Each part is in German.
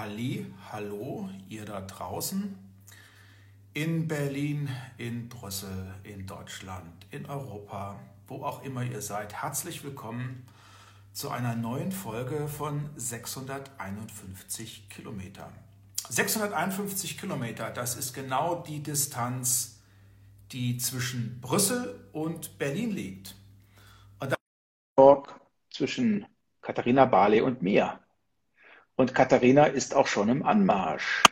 Hallo, ihr da draußen in Berlin, in Brüssel, in Deutschland, in Europa, wo auch immer ihr seid. Herzlich willkommen zu einer neuen Folge von 651 Kilometer. 651 Kilometer, das ist genau die Distanz, die zwischen Brüssel und Berlin liegt. Und Talk zwischen Katharina Barley und mir. Und Katharina ist auch schon im Anmarsch.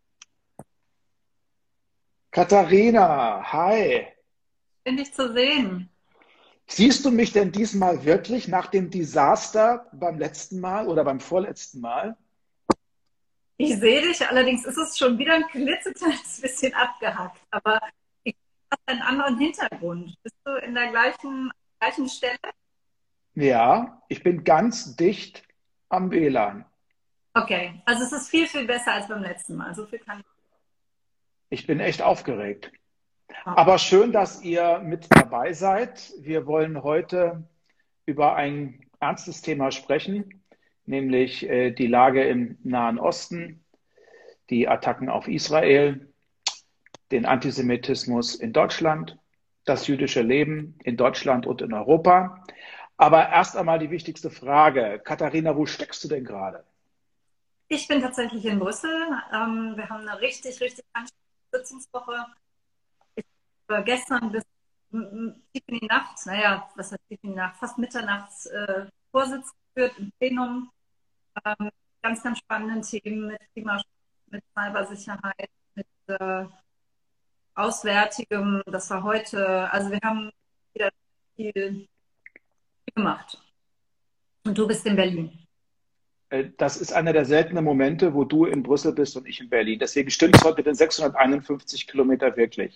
Katharina, hi. Bin ich zu sehen. Siehst du mich denn diesmal wirklich nach dem Desaster beim letzten Mal oder beim vorletzten Mal? Ich sehe dich, allerdings ist es schon wieder ein klitzekleines bisschen abgehackt. Aber ich habe einen anderen Hintergrund. Bist du in der gleichen Stelle? Ja, ich bin ganz dicht am WLAN. Okay, also es ist viel, viel besser als beim letzten Mal. So viel kann ich Ich bin echt aufgeregt. sagen. Aber schön, dass ihr mit dabei seid. Wir wollen heute über ein ernstes Thema sprechen, nämlich die Lage im Nahen Osten, die Attacken auf Israel, den Antisemitismus in Deutschland, das jüdische Leben in Deutschland und in Europa. Aber erst einmal die wichtigste Frage. Katharina, wo steckst du denn gerade? Ich bin tatsächlich in Brüssel. Wir haben eine richtig, richtig anstrengende Sitzungswoche. Ich habe gestern bis tief in die Nacht, naja, was heißt tief in die Nacht, fast mitternachts Vorsitz geführt im Plenum. Ganz, ganz spannenden Themen mit Klimaschutz, mit Cybersicherheit, mit Auswärtigem. Das war heute, also wir haben wieder viel gemacht. Und du bist in Berlin. Das ist einer der seltenen Momente, wo du in Brüssel bist und ich in Berlin. Deswegen stimmt es heute mit den 651 Kilometer wirklich.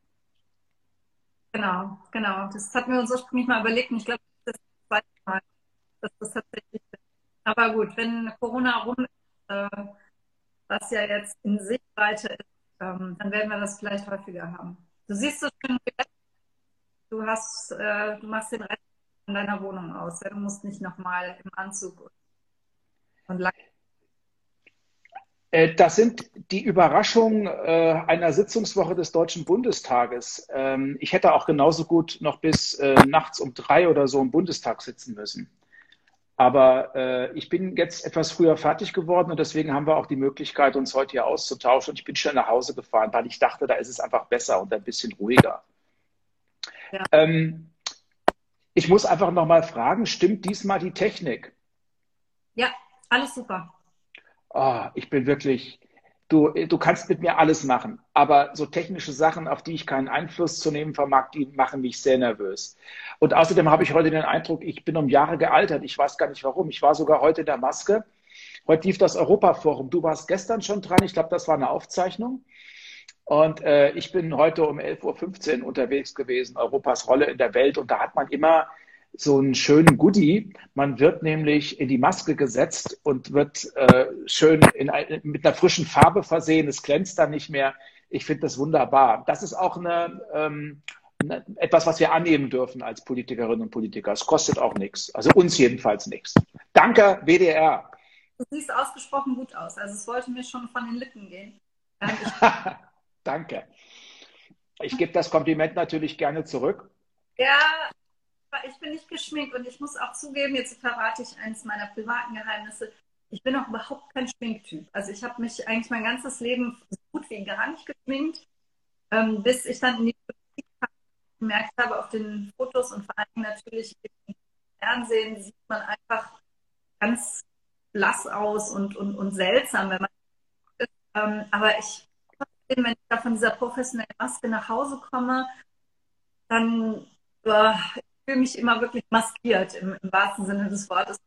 Genau, genau. Das hatten wir uns ursprünglich mal überlegt und ich glaube, das ist das zweite Mal, dass das tatsächlich ist. Aber gut, wenn Corona rum ist, was ja jetzt in Sichtweite ist, dann werden wir das vielleicht häufiger haben. Du siehst so schön, du machst den Rest in deiner Wohnung aus. Ja? Du musst nicht nochmal im Anzug und lang. Das sind die Überraschungen einer Sitzungswoche des Deutschen Bundestages. Ich hätte auch genauso gut noch bis nachts um 3 oder so im Bundestag sitzen müssen. Aber ich bin jetzt etwas früher fertig geworden und deswegen haben wir auch die Möglichkeit, uns heute hier auszutauschen. Und ich bin schnell nach Hause gefahren, weil ich dachte, da ist es einfach besser und ein bisschen ruhiger. Ja. Ähm, Ich muss einfach nochmal fragen, stimmt diesmal die Technik? Ja, alles super. Ich bin wirklich, du kannst mit mir alles machen, aber so technische Sachen, auf die ich keinen Einfluss zu nehmen vermag, die machen mich sehr nervös. Und außerdem habe ich heute den Eindruck, ich bin um Jahre gealtert. Ich weiß gar nicht warum. Ich war sogar heute in der Maske. Heute lief das Europaforum. Du warst gestern schon dran. Ich glaube, das war eine Aufzeichnung. Und ich bin heute um 11:15 Uhr unterwegs gewesen, Europas Rolle in der Welt. Und da hat man immer so einen schönen Goodie. Man wird nämlich in die Maske gesetzt und wird schön mit einer frischen Farbe versehen. Es glänzt dann nicht mehr. Ich finde das wunderbar. Das ist auch etwas, was wir annehmen dürfen als Politikerinnen und Politiker. Es kostet auch nichts. Also uns jedenfalls nichts. Danke, WDR. Du siehst ausgesprochen gut aus. Also es wollte mir schon von den Lippen gehen. Danke. Ich gebe das Kompliment natürlich gerne zurück. Ja, aber ich bin nicht geschminkt und ich muss auch zugeben, jetzt verrate ich eines meiner privaten Geheimnisse. Ich bin auch überhaupt kein Schminktyp. Also ich habe mich eigentlich mein ganzes Leben so gut wie gar nicht geschminkt, bis ich dann in die Politik kam und gemerkt habe, auf den Fotos und vor allem natürlich im Fernsehen sieht man einfach ganz blass aus und seltsam, wenn man ist. Aber wenn ich da von dieser professionellen Maske nach Hause komme, dann ich fühle mich immer wirklich maskiert im wahrsten Sinne des Wortes.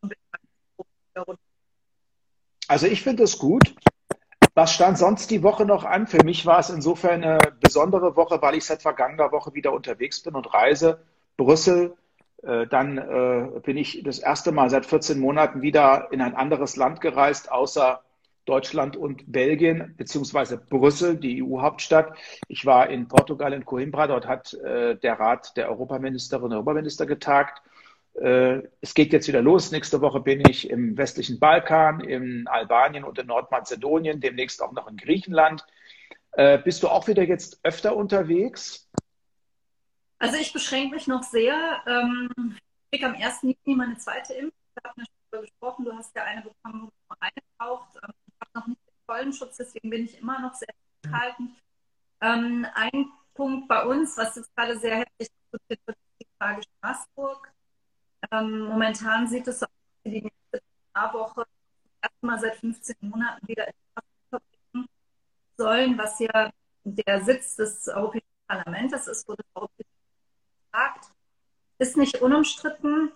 Also ich finde es gut. Was stand sonst die Woche noch an? Für mich war es insofern eine besondere Woche, weil ich seit vergangener Woche wieder unterwegs bin und reise. Brüssel, dann bin ich das erste Mal seit 14 Monaten wieder in ein anderes Land gereist, außer Deutschland und Belgien, beziehungsweise Brüssel, die EU-Hauptstadt. Ich war in Portugal, in Coimbra, dort hat der Rat der Europaministerinnen und Europaminister getagt. Es geht jetzt wieder los. Nächste Woche bin ich im westlichen Balkan, in Albanien und in Nordmazedonien, demnächst auch noch in Griechenland. Bist du auch wieder jetzt öfter unterwegs? Also ich beschränke mich noch sehr. Ich kriege am 1. Juni meine zweite Impfung. Wir haben ja schon darüber gesprochen. Du hast ja eine bekommen, wo du nur eine brauchst. Ich habe noch nicht den vollen Schutz, deswegen bin ich immer noch sehr zurückhaltend. Ein Punkt bei uns, was jetzt gerade sehr heftig diskutiert wird, ist die Frage Straßburg. Momentan sieht es so aus, wie die nächste Woche erstmal seit 15 Monaten wieder in Straßburg verbringen sollen, was ja der Sitz des Europäischen Parlaments ist, wo das Europäische Parlament tagt. Ist nicht unumstritten.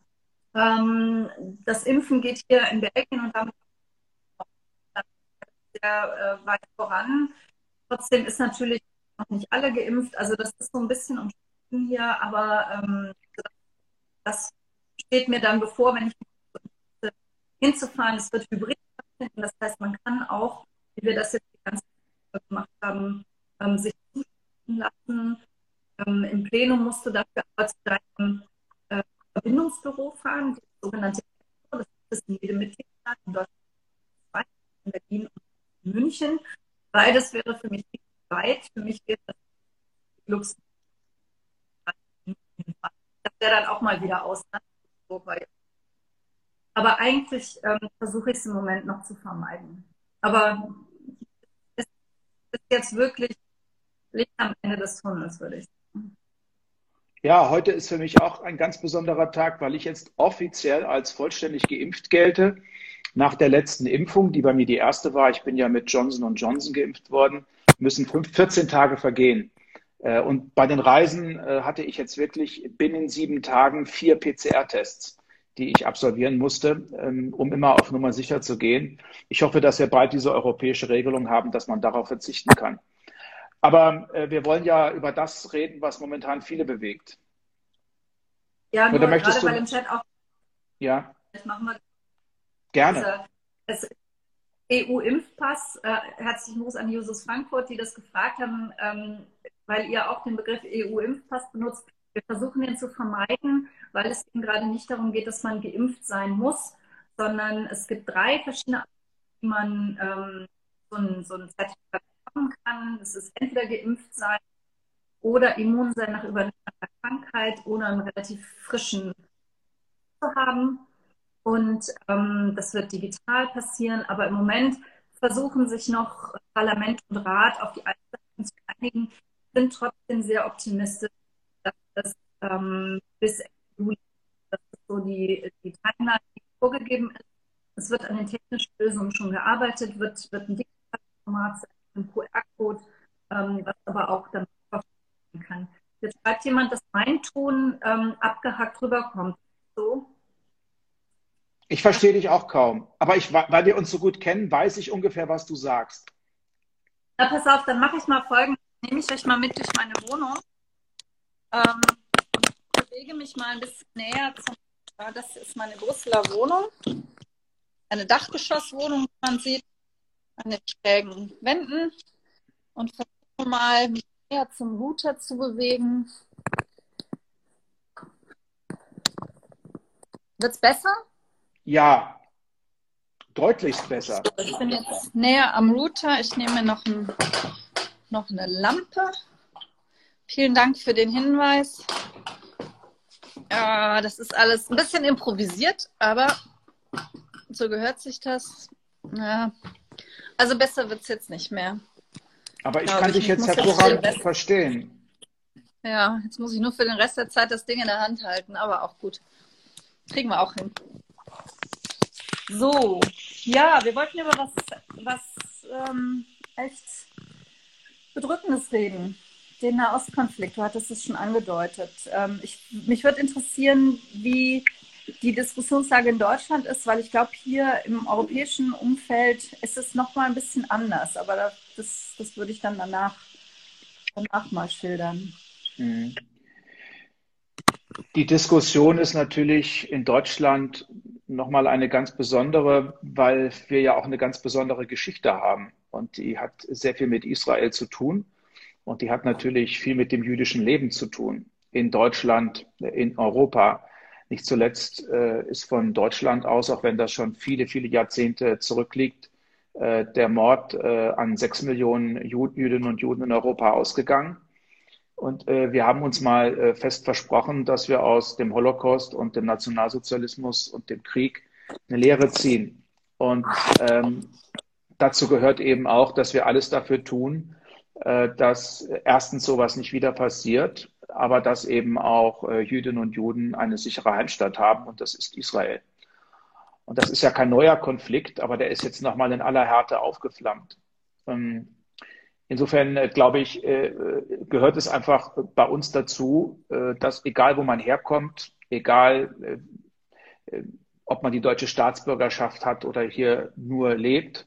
Das Impfen geht hier in Belgien und damit auch sehr weit voran. Trotzdem ist natürlich noch nicht alle geimpft. Also das ist so ein bisschen umstritten hier, aber das steht mir dann bevor, wenn ich hinzufahren. Es wird hybrid stattfinden. Das heißt, man kann auch, wie wir das jetzt die ganze Zeit gemacht haben, sich zustimmen lassen. Im Plenum musst du dafür aber zu deinem Verbindungsbüro fahren, das sogenannte ECO, das ist in jedem Mitgliedstaat, in Deutschland, in Berlin und in München. Beides wäre für mich weit. Für mich wäre das Luxemburg. Das wäre dann auch mal wieder Ausland. Aber eigentlich versuche ich es im Moment noch zu vermeiden. Aber es ist jetzt wirklich Licht am Ende des Tunnels, würde ich sagen. Ja, heute ist für mich auch ein ganz besonderer Tag, weil ich jetzt offiziell als vollständig geimpft gelte. Nach der letzten Impfung, die bei mir die erste war, ich bin ja mit Johnson & Johnson geimpft worden, müssen 14 Tage vergehen. Und bei den Reisen hatte ich jetzt wirklich binnen 7 Tagen 4 PCR-Tests, die ich absolvieren musste, um immer auf Nummer sicher zu gehen. Ich hoffe, dass wir bald diese europäische Regelung haben, dass man darauf verzichten kann. Aber wir wollen ja über das reden, was momentan viele bewegt. Ja, nur Oder gerade möchtest du? weil im Chat auch, Ja, das machen wir gerne. das EU-Impfpass. Herzlichen Gruß an Jusos Frankfurt, die das gefragt haben, weil ihr auch den Begriff EU-Impfpass benutzt. Wir versuchen den zu vermeiden, weil es eben gerade nicht darum geht, dass man geimpft sein muss, sondern es gibt 3 verschiedene Arten, wie man so ein Zertifikat bekommen kann. Es ist entweder geimpft sein oder immun sein nach Überlebung einer Krankheit oder einen relativ frischen zu haben. Und das wird digital passieren. Aber im Moment versuchen sich noch Parlament und Rat auf die Einzelheiten zu einigen, sind trotzdem sehr optimistisch, dass das bis Ende Juli, das ist so die Timeline, die vorgegeben ist. Es wird an den technischen Lösungen schon gearbeitet, wird ein digitales Format sein, ein QR-Code, was aber auch dann verstehen kann. Jetzt schreibt jemand, dass mein Ton abgehackt rüberkommt. So. Ich verstehe dich auch kaum. Aber weil wir uns so gut kennen, weiß ich ungefähr, was du sagst. Na, pass auf, dann mache ich mal Folgendes. Nehme ich euch mal mit durch meine Wohnung. Ich bewege mich mal ein bisschen näher zum. Das ist meine Brüsseler Wohnung. Eine Dachgeschosswohnung, wie man sieht, an den schrägen Wänden. Und versuche mal, mich näher zum Router zu bewegen. Wird's besser? Ja, deutlichst besser. Ich bin jetzt näher am Router. Ich nehme noch eine Lampe. Vielen Dank für den Hinweis. Das ist alles ein bisschen improvisiert, aber so gehört sich das. Ja. Also besser wird es jetzt nicht mehr. Aber ich kann dich jetzt hervorragend verstehen. Ja, jetzt muss ich nur für den Rest der Zeit das Ding in der Hand halten, aber auch gut. Kriegen wir auch hin. So, ja, wir wollten über was echt Bedrückendes reden. Den Nahostkonflikt, du hattest es schon angedeutet. Mich würde interessieren, wie die Diskussionslage in Deutschland ist, weil ich glaube, hier im europäischen Umfeld ist es nochmal ein bisschen anders. Aber das würde ich dann danach mal schildern. Die Diskussion ist natürlich in Deutschland nochmal eine ganz besondere, weil wir ja auch eine ganz besondere Geschichte haben. Und die hat sehr viel mit Israel zu tun. Und die hat natürlich viel mit dem jüdischen Leben zu tun. In Deutschland, in Europa. Nicht zuletzt ist von Deutschland aus, auch wenn das schon viele, viele Jahrzehnte zurückliegt, der Mord an 6 Millionen Jüdinnen und Juden in Europa ausgegangen. Und wir haben uns mal fest versprochen, dass wir aus dem Holocaust und dem Nationalsozialismus und dem Krieg eine Lehre ziehen. Und dazu gehört eben auch, dass wir alles dafür tun, dass erstens sowas nicht wieder passiert, aber dass eben auch Jüdinnen und Juden eine sichere Heimstatt haben, und das ist Israel. Und das ist ja kein neuer Konflikt, aber der ist jetzt nochmal in aller Härte aufgeflammt. Insofern, glaube ich, gehört es einfach bei uns dazu, dass egal wo man herkommt, egal ob man die deutsche Staatsbürgerschaft hat oder hier nur lebt,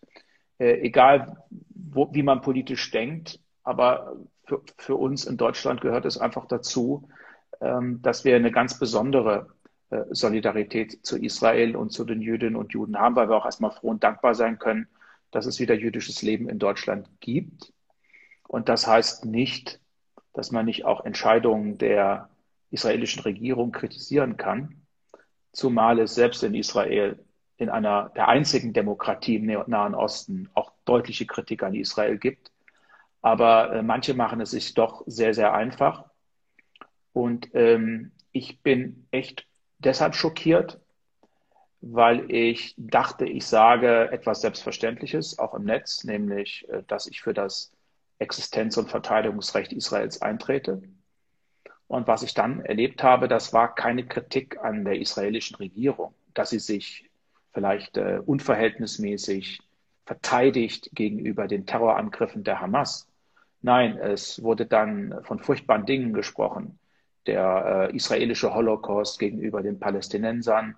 egal wie man politisch denkt, aber für uns in Deutschland gehört es einfach dazu, dass wir eine ganz besondere Solidarität zu Israel und zu den Jüdinnen und Juden haben, weil wir auch erstmal froh und dankbar sein können, dass es wieder jüdisches Leben in Deutschland gibt. Und das heißt nicht, dass man nicht auch Entscheidungen der israelischen Regierung kritisieren kann, zumal es selbst in Israel, in einer der einzigen Demokratie im Nahen Osten, auch deutliche Kritik an Israel gibt. Aber manche machen es sich doch sehr, sehr einfach. Und ich bin echt deshalb schockiert, weil ich dachte, ich sage etwas Selbstverständliches, auch im Netz, nämlich, dass ich für das Existenz- und Verteidigungsrecht Israels eintrete. Und was ich dann erlebt habe, das war keine Kritik an der israelischen Regierung, dass sie sich vielleicht unverhältnismäßig verteidigt gegenüber den Terrorangriffen der Hamas. Nein, es wurde dann von furchtbaren Dingen gesprochen. Der israelische Holocaust gegenüber den Palästinensern.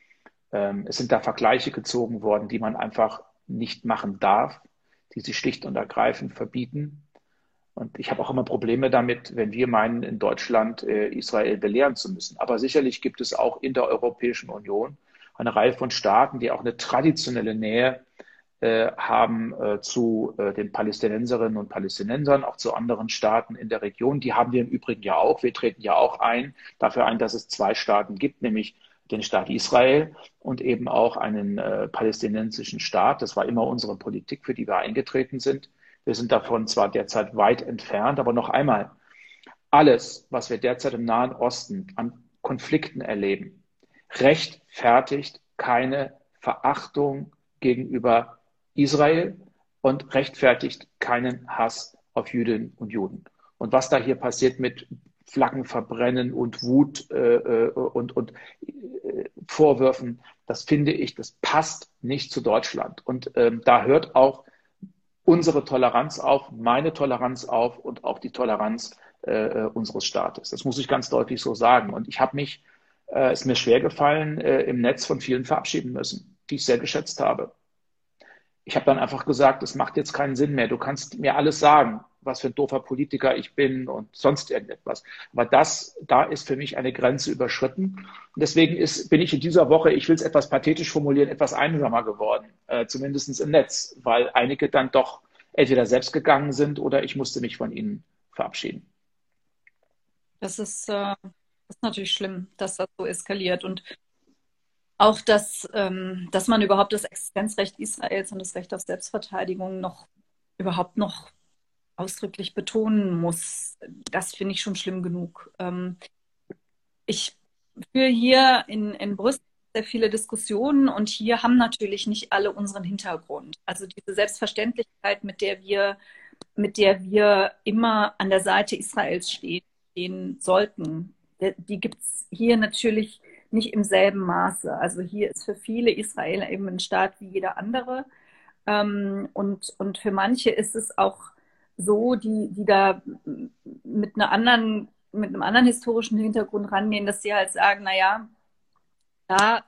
Es sind da Vergleiche gezogen worden, die man einfach nicht machen darf, die sie schlicht und ergreifend verbieten. Und ich habe auch immer Probleme damit, wenn wir meinen, in Deutschland Israel belehren zu müssen. Aber sicherlich gibt es auch in der Europäischen Union eine Reihe von Staaten, die auch eine traditionelle Nähe haben zu den Palästinenserinnen und Palästinensern, auch zu anderen Staaten in der Region. Die haben wir im Übrigen ja auch. Wir treten ja auch dafür ein, dass es 2 Staaten gibt, nämlich den Staat Israel und eben auch einen palästinensischen Staat. Das war immer unsere Politik, für die wir eingetreten sind. Wir sind davon zwar derzeit weit entfernt, aber noch einmal, alles, was wir derzeit im Nahen Osten an Konflikten erleben, rechtfertigt keine Verachtung gegenüber Israel und rechtfertigt keinen Hass auf Jüdinnen und Juden. Und was da hier passiert mit Flaggen verbrennen und Wut und Vorwürfen, das finde ich, das passt nicht zu Deutschland. Und da hört auch unsere Toleranz auf, meine Toleranz auf und auch die Toleranz unseres Staates. Das muss ich ganz deutlich so sagen. Und ich habe mich, ist mir schwer gefallen, im Netz von vielen verabschieden müssen, die ich sehr geschätzt habe. Ich habe dann einfach gesagt, es macht jetzt keinen Sinn mehr. Du kannst mir alles sagen, was für ein doofer Politiker ich bin und sonst irgendetwas. Aber da ist für mich eine Grenze überschritten. Und deswegen bin ich in dieser Woche, ich will es etwas pathetisch formulieren, etwas einsamer geworden, zumindest im Netz, weil einige dann doch entweder selbst gegangen sind oder ich musste mich von ihnen verabschieden. Das ist natürlich schlimm, dass das so eskaliert. Und auch, dass man überhaupt das Existenzrecht Israels und das Recht auf Selbstverteidigung überhaupt noch ausdrücklich betonen muss, das finde ich schon schlimm genug. Ich führe hier in Brüssel sehr viele Diskussionen und hier haben natürlich nicht alle unseren Hintergrund. Also diese Selbstverständlichkeit, mit der wir immer an der Seite Israels stehen sollten, die gibt es hier natürlich nicht im selben Maße. Also hier ist für viele Israel eben ein Staat wie jeder andere. Und für manche ist es auch so, die da mit einem anderen historischen Hintergrund rangehen, dass sie halt sagen, naja, da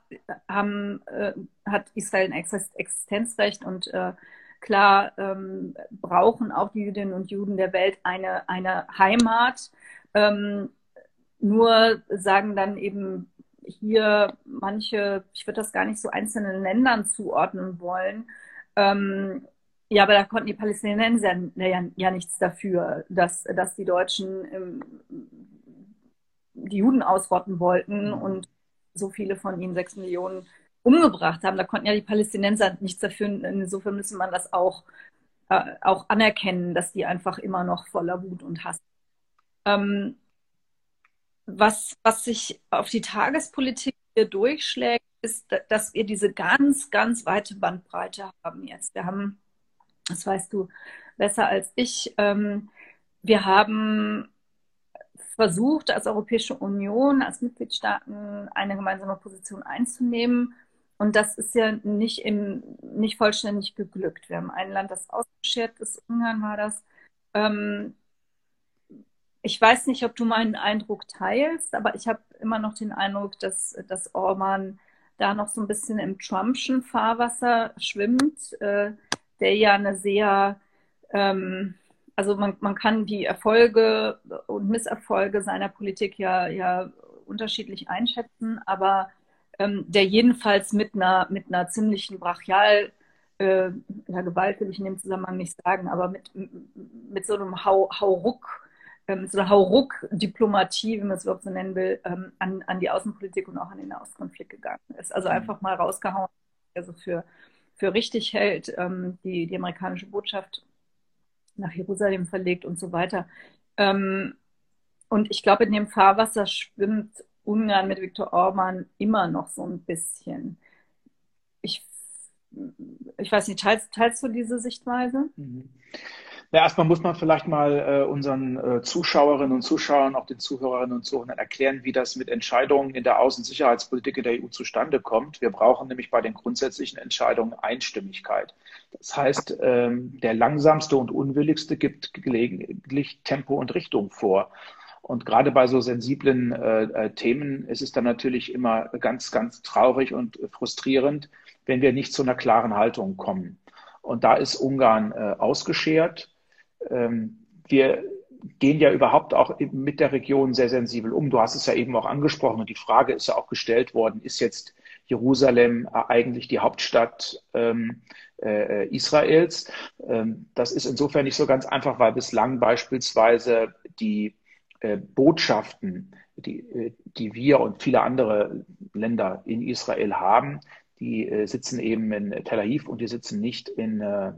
hat Israel ein Existenzrecht und klar brauchen auch die Jüdinnen und Juden der Welt eine Heimat. Nur sagen dann eben hier manche, ich würde das gar nicht so einzelnen Ländern zuordnen wollen, ja, aber da konnten die Palästinenser ja nichts dafür, dass die Deutschen die Juden ausrotten wollten und so viele von ihnen, 6 Millionen, umgebracht haben. Da konnten ja die Palästinenser nichts dafür. Insofern müsste man das auch anerkennen, dass die einfach immer noch voller Wut und Hass. Was sich auf die Tagespolitik hier durchschlägt, ist, dass wir diese ganz, ganz weite Bandbreite haben jetzt. Wir haben, das weißt du besser als ich, wir haben versucht, als Europäische Union, als Mitgliedstaaten eine gemeinsame Position einzunehmen. Und das ist ja nicht vollständig geglückt. Wir haben ein Land, das ausgeschert ist, Ungarn war das. Ich weiß nicht, ob du meinen Eindruck teilst, aber ich habe immer noch den Eindruck, dass Orbán da noch so ein bisschen im Trumpschen Fahrwasser schwimmt, der ja eine sehr, also man kann die Erfolge und Misserfolge seiner Politik ja unterschiedlich einschätzen, aber der jedenfalls mit einer ziemlichen Gewalt will ich in dem Zusammenhang nicht sagen, aber mit so einem Hauruck, so einer Hauruck-Diplomatie, wenn man es überhaupt so nennen will, an die Außenpolitik und auch an den Nahostkonflikt gegangen ist. Also einfach mal rausgehauen, also für richtig hält, die amerikanische Botschaft nach Jerusalem verlegt und so weiter. Und ich glaube, in dem Fahrwasser schwimmt Ungarn mit Viktor Orbán immer noch so ein bisschen. Ich weiß nicht, teilst du diese Sichtweise? Ja, erstmal muss man vielleicht mal unseren Zuschauerinnen und Zuschauern, auch den Zuhörerinnen und Zuhörern erklären, wie das mit Entscheidungen in der Außensicherheitspolitik in der EU zustande kommt. Wir brauchen nämlich bei den grundsätzlichen Entscheidungen Einstimmigkeit. Das heißt, der langsamste und unwilligste gibt gelegentlich Tempo und Richtung vor. Und gerade bei so sensiblen Themen ist es dann natürlich immer ganz, ganz traurig und frustrierend, wenn wir nicht zu einer klaren Haltung kommen. Und da ist Ungarn ausgeschert. Wir gehen ja überhaupt auch mit der Region sehr sensibel um. Du hast es ja eben auch angesprochen und die Frage ist ja auch gestellt worden, ist jetzt Jerusalem eigentlich die Hauptstadt Israels? Das ist insofern nicht so ganz einfach, weil bislang beispielsweise die Botschaften, die wir und viele andere Länder in Israel haben, die sitzen eben in Tel Aviv und die sitzen nicht in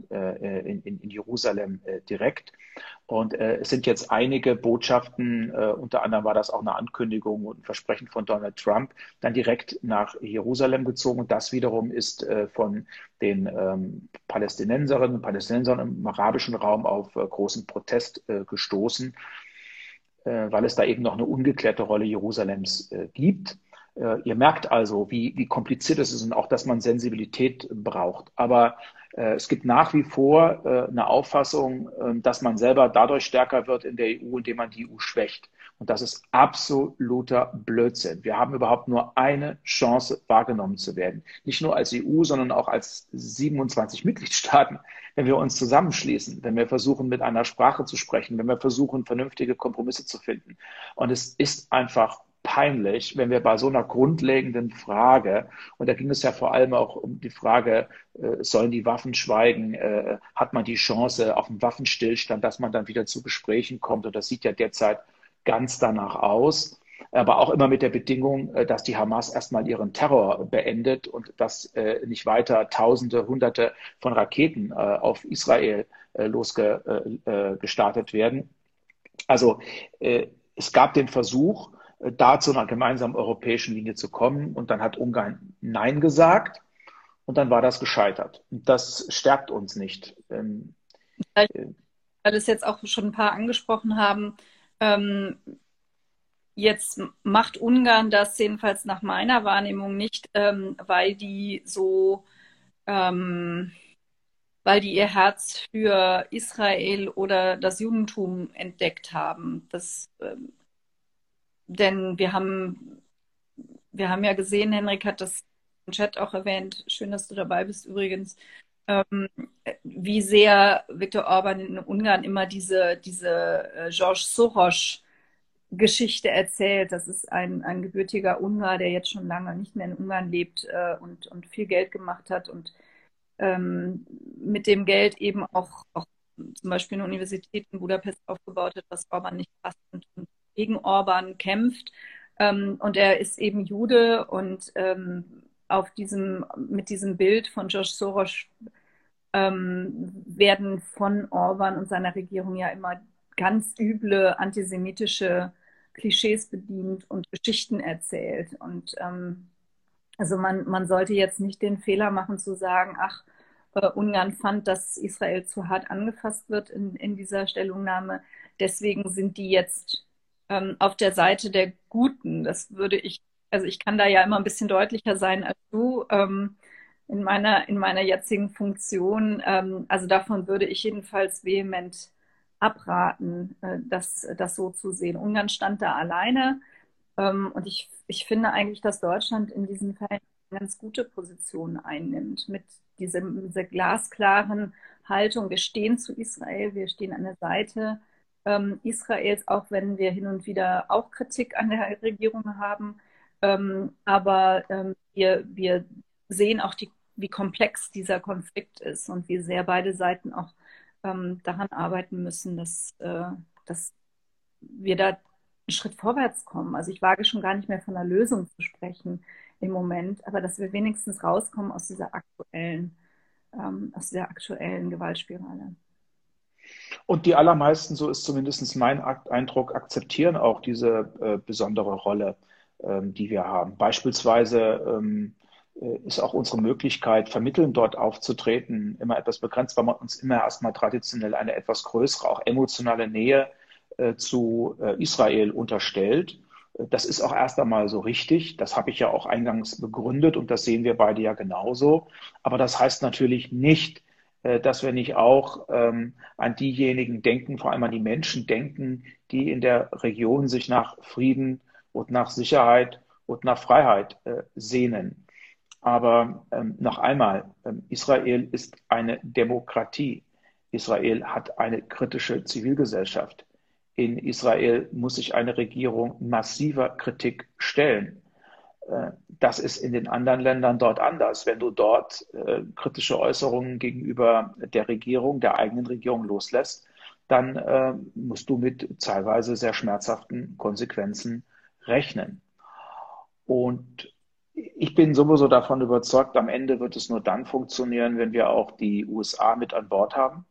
Jerusalem direkt. Und es sind jetzt einige Botschaften, unter anderem war das auch eine Ankündigung und ein Versprechen von Donald Trump, dann direkt nach Jerusalem gezogen. Und das wiederum ist von den Palästinenserinnen und Palästinensern im arabischen Raum auf großen Protest gestoßen, weil es da eben noch eine ungeklärte Rolle Jerusalems gibt. Ihr merkt also, wie kompliziert es ist und auch, dass man Sensibilität braucht. Aber es gibt nach wie vor eine Auffassung, dass man selber dadurch stärker wird in der EU, indem man die EU schwächt. Und das ist absoluter Blödsinn. Wir haben überhaupt nur eine Chance, wahrgenommen zu werden. Nicht nur als EU, sondern auch als 27 Mitgliedstaaten, wenn wir uns zusammenschließen, wenn wir versuchen, mit einer Sprache zu sprechen, wenn wir versuchen, vernünftige Kompromisse zu finden. Und es ist einfach peinlich, wenn wir bei so einer grundlegenden Frage, und da ging es ja vor allem auch um die Frage, sollen die Waffen schweigen, hat man die Chance auf einen Waffenstillstand, dass man dann wieder zu Gesprächen kommt, und das sieht ja derzeit ganz danach aus, aber auch immer mit der Bedingung, dass die Hamas erstmal ihren Terror beendet und dass nicht weiter Tausende, Hunderte von Raketen auf Israel losgestartet werden. Also es gab den Versuch, da zu einer gemeinsamen europäischen Linie zu kommen. Und dann hat Ungarn Nein gesagt und dann war das gescheitert. Und das stärkt uns nicht. Weil es jetzt auch schon ein paar angesprochen haben, jetzt macht Ungarn das jedenfalls nach meiner Wahrnehmung nicht, weil die ihr Herz für Israel oder das Judentum entdeckt haben. Denn wir haben ja gesehen, Henrik hat das im Chat auch erwähnt, schön, dass du dabei bist übrigens, wie sehr Viktor Orbán in Ungarn immer diese George Soros-Geschichte erzählt. Das ist ein gebürtiger Ungar, der jetzt schon lange nicht mehr in Ungarn lebt und viel Geld gemacht hat und mit dem Geld eben auch zum Beispiel eine Universität in Budapest aufgebaut hat, was Orbán nicht passt und gegen Orbán kämpft. Und er ist eben Jude und mit diesem Bild von George Soros werden von Orban und seiner Regierung ja immer ganz üble antisemitische Klischees bedient und Geschichten erzählt. Und also man sollte jetzt nicht den Fehler machen zu sagen, ach, Ungarn fand, dass Israel zu hart angefasst wird in dieser Stellungnahme. Deswegen sind die jetzt auf der Seite der Guten. Also ich kann da ja immer ein bisschen deutlicher sein als du in meiner jetzigen Funktion. Also davon würde ich jedenfalls vehement abraten, das so zu sehen. Ungarn stand da alleine. Und ich finde eigentlich, dass Deutschland in diesen Fällen eine ganz gute Position einnimmt mit dieser glasklaren Haltung. Wir stehen zu Israel, wir stehen an der Seite Israels, auch wenn wir hin und wieder auch Kritik an der Regierung haben. Aber wir sehen auch, wie komplex dieser Konflikt ist und wie sehr beide Seiten auch daran arbeiten müssen, dass wir da einen Schritt vorwärts kommen. Also ich wage schon gar nicht mehr von einer Lösung zu sprechen im Moment, aber dass wir wenigstens rauskommen aus dieser aktuellen Gewaltspirale. Und die allermeisten, so ist zumindest mein Eindruck, akzeptieren auch diese besondere Rolle, die wir haben. Beispielsweise ist auch unsere Möglichkeit, vermittelnd dort aufzutreten, immer etwas begrenzt, weil man uns immer erstmal traditionell eine etwas größere, auch emotionale Nähe zu Israel unterstellt. Das ist auch erst einmal so richtig. Das habe ich ja auch eingangs begründet und das sehen wir beide ja genauso. Aber das heißt natürlich nicht, dass wir nicht auch an diejenigen denken, vor allem an die Menschen denken, die in der Region sich nach Frieden und nach Sicherheit und nach Freiheit sehnen. Aber noch einmal, Israel ist eine Demokratie. Israel hat eine kritische Zivilgesellschaft. In Israel muss sich eine Regierung massiver Kritik stellen. Das ist in den anderen Ländern dort anders. Wenn du dort kritische Äußerungen gegenüber der Regierung, der eigenen Regierung loslässt, dann musst du mit teilweise sehr schmerzhaften Konsequenzen rechnen. Und ich bin sowieso davon überzeugt, am Ende wird es nur dann funktionieren, wenn wir auch die USA mit an Bord haben.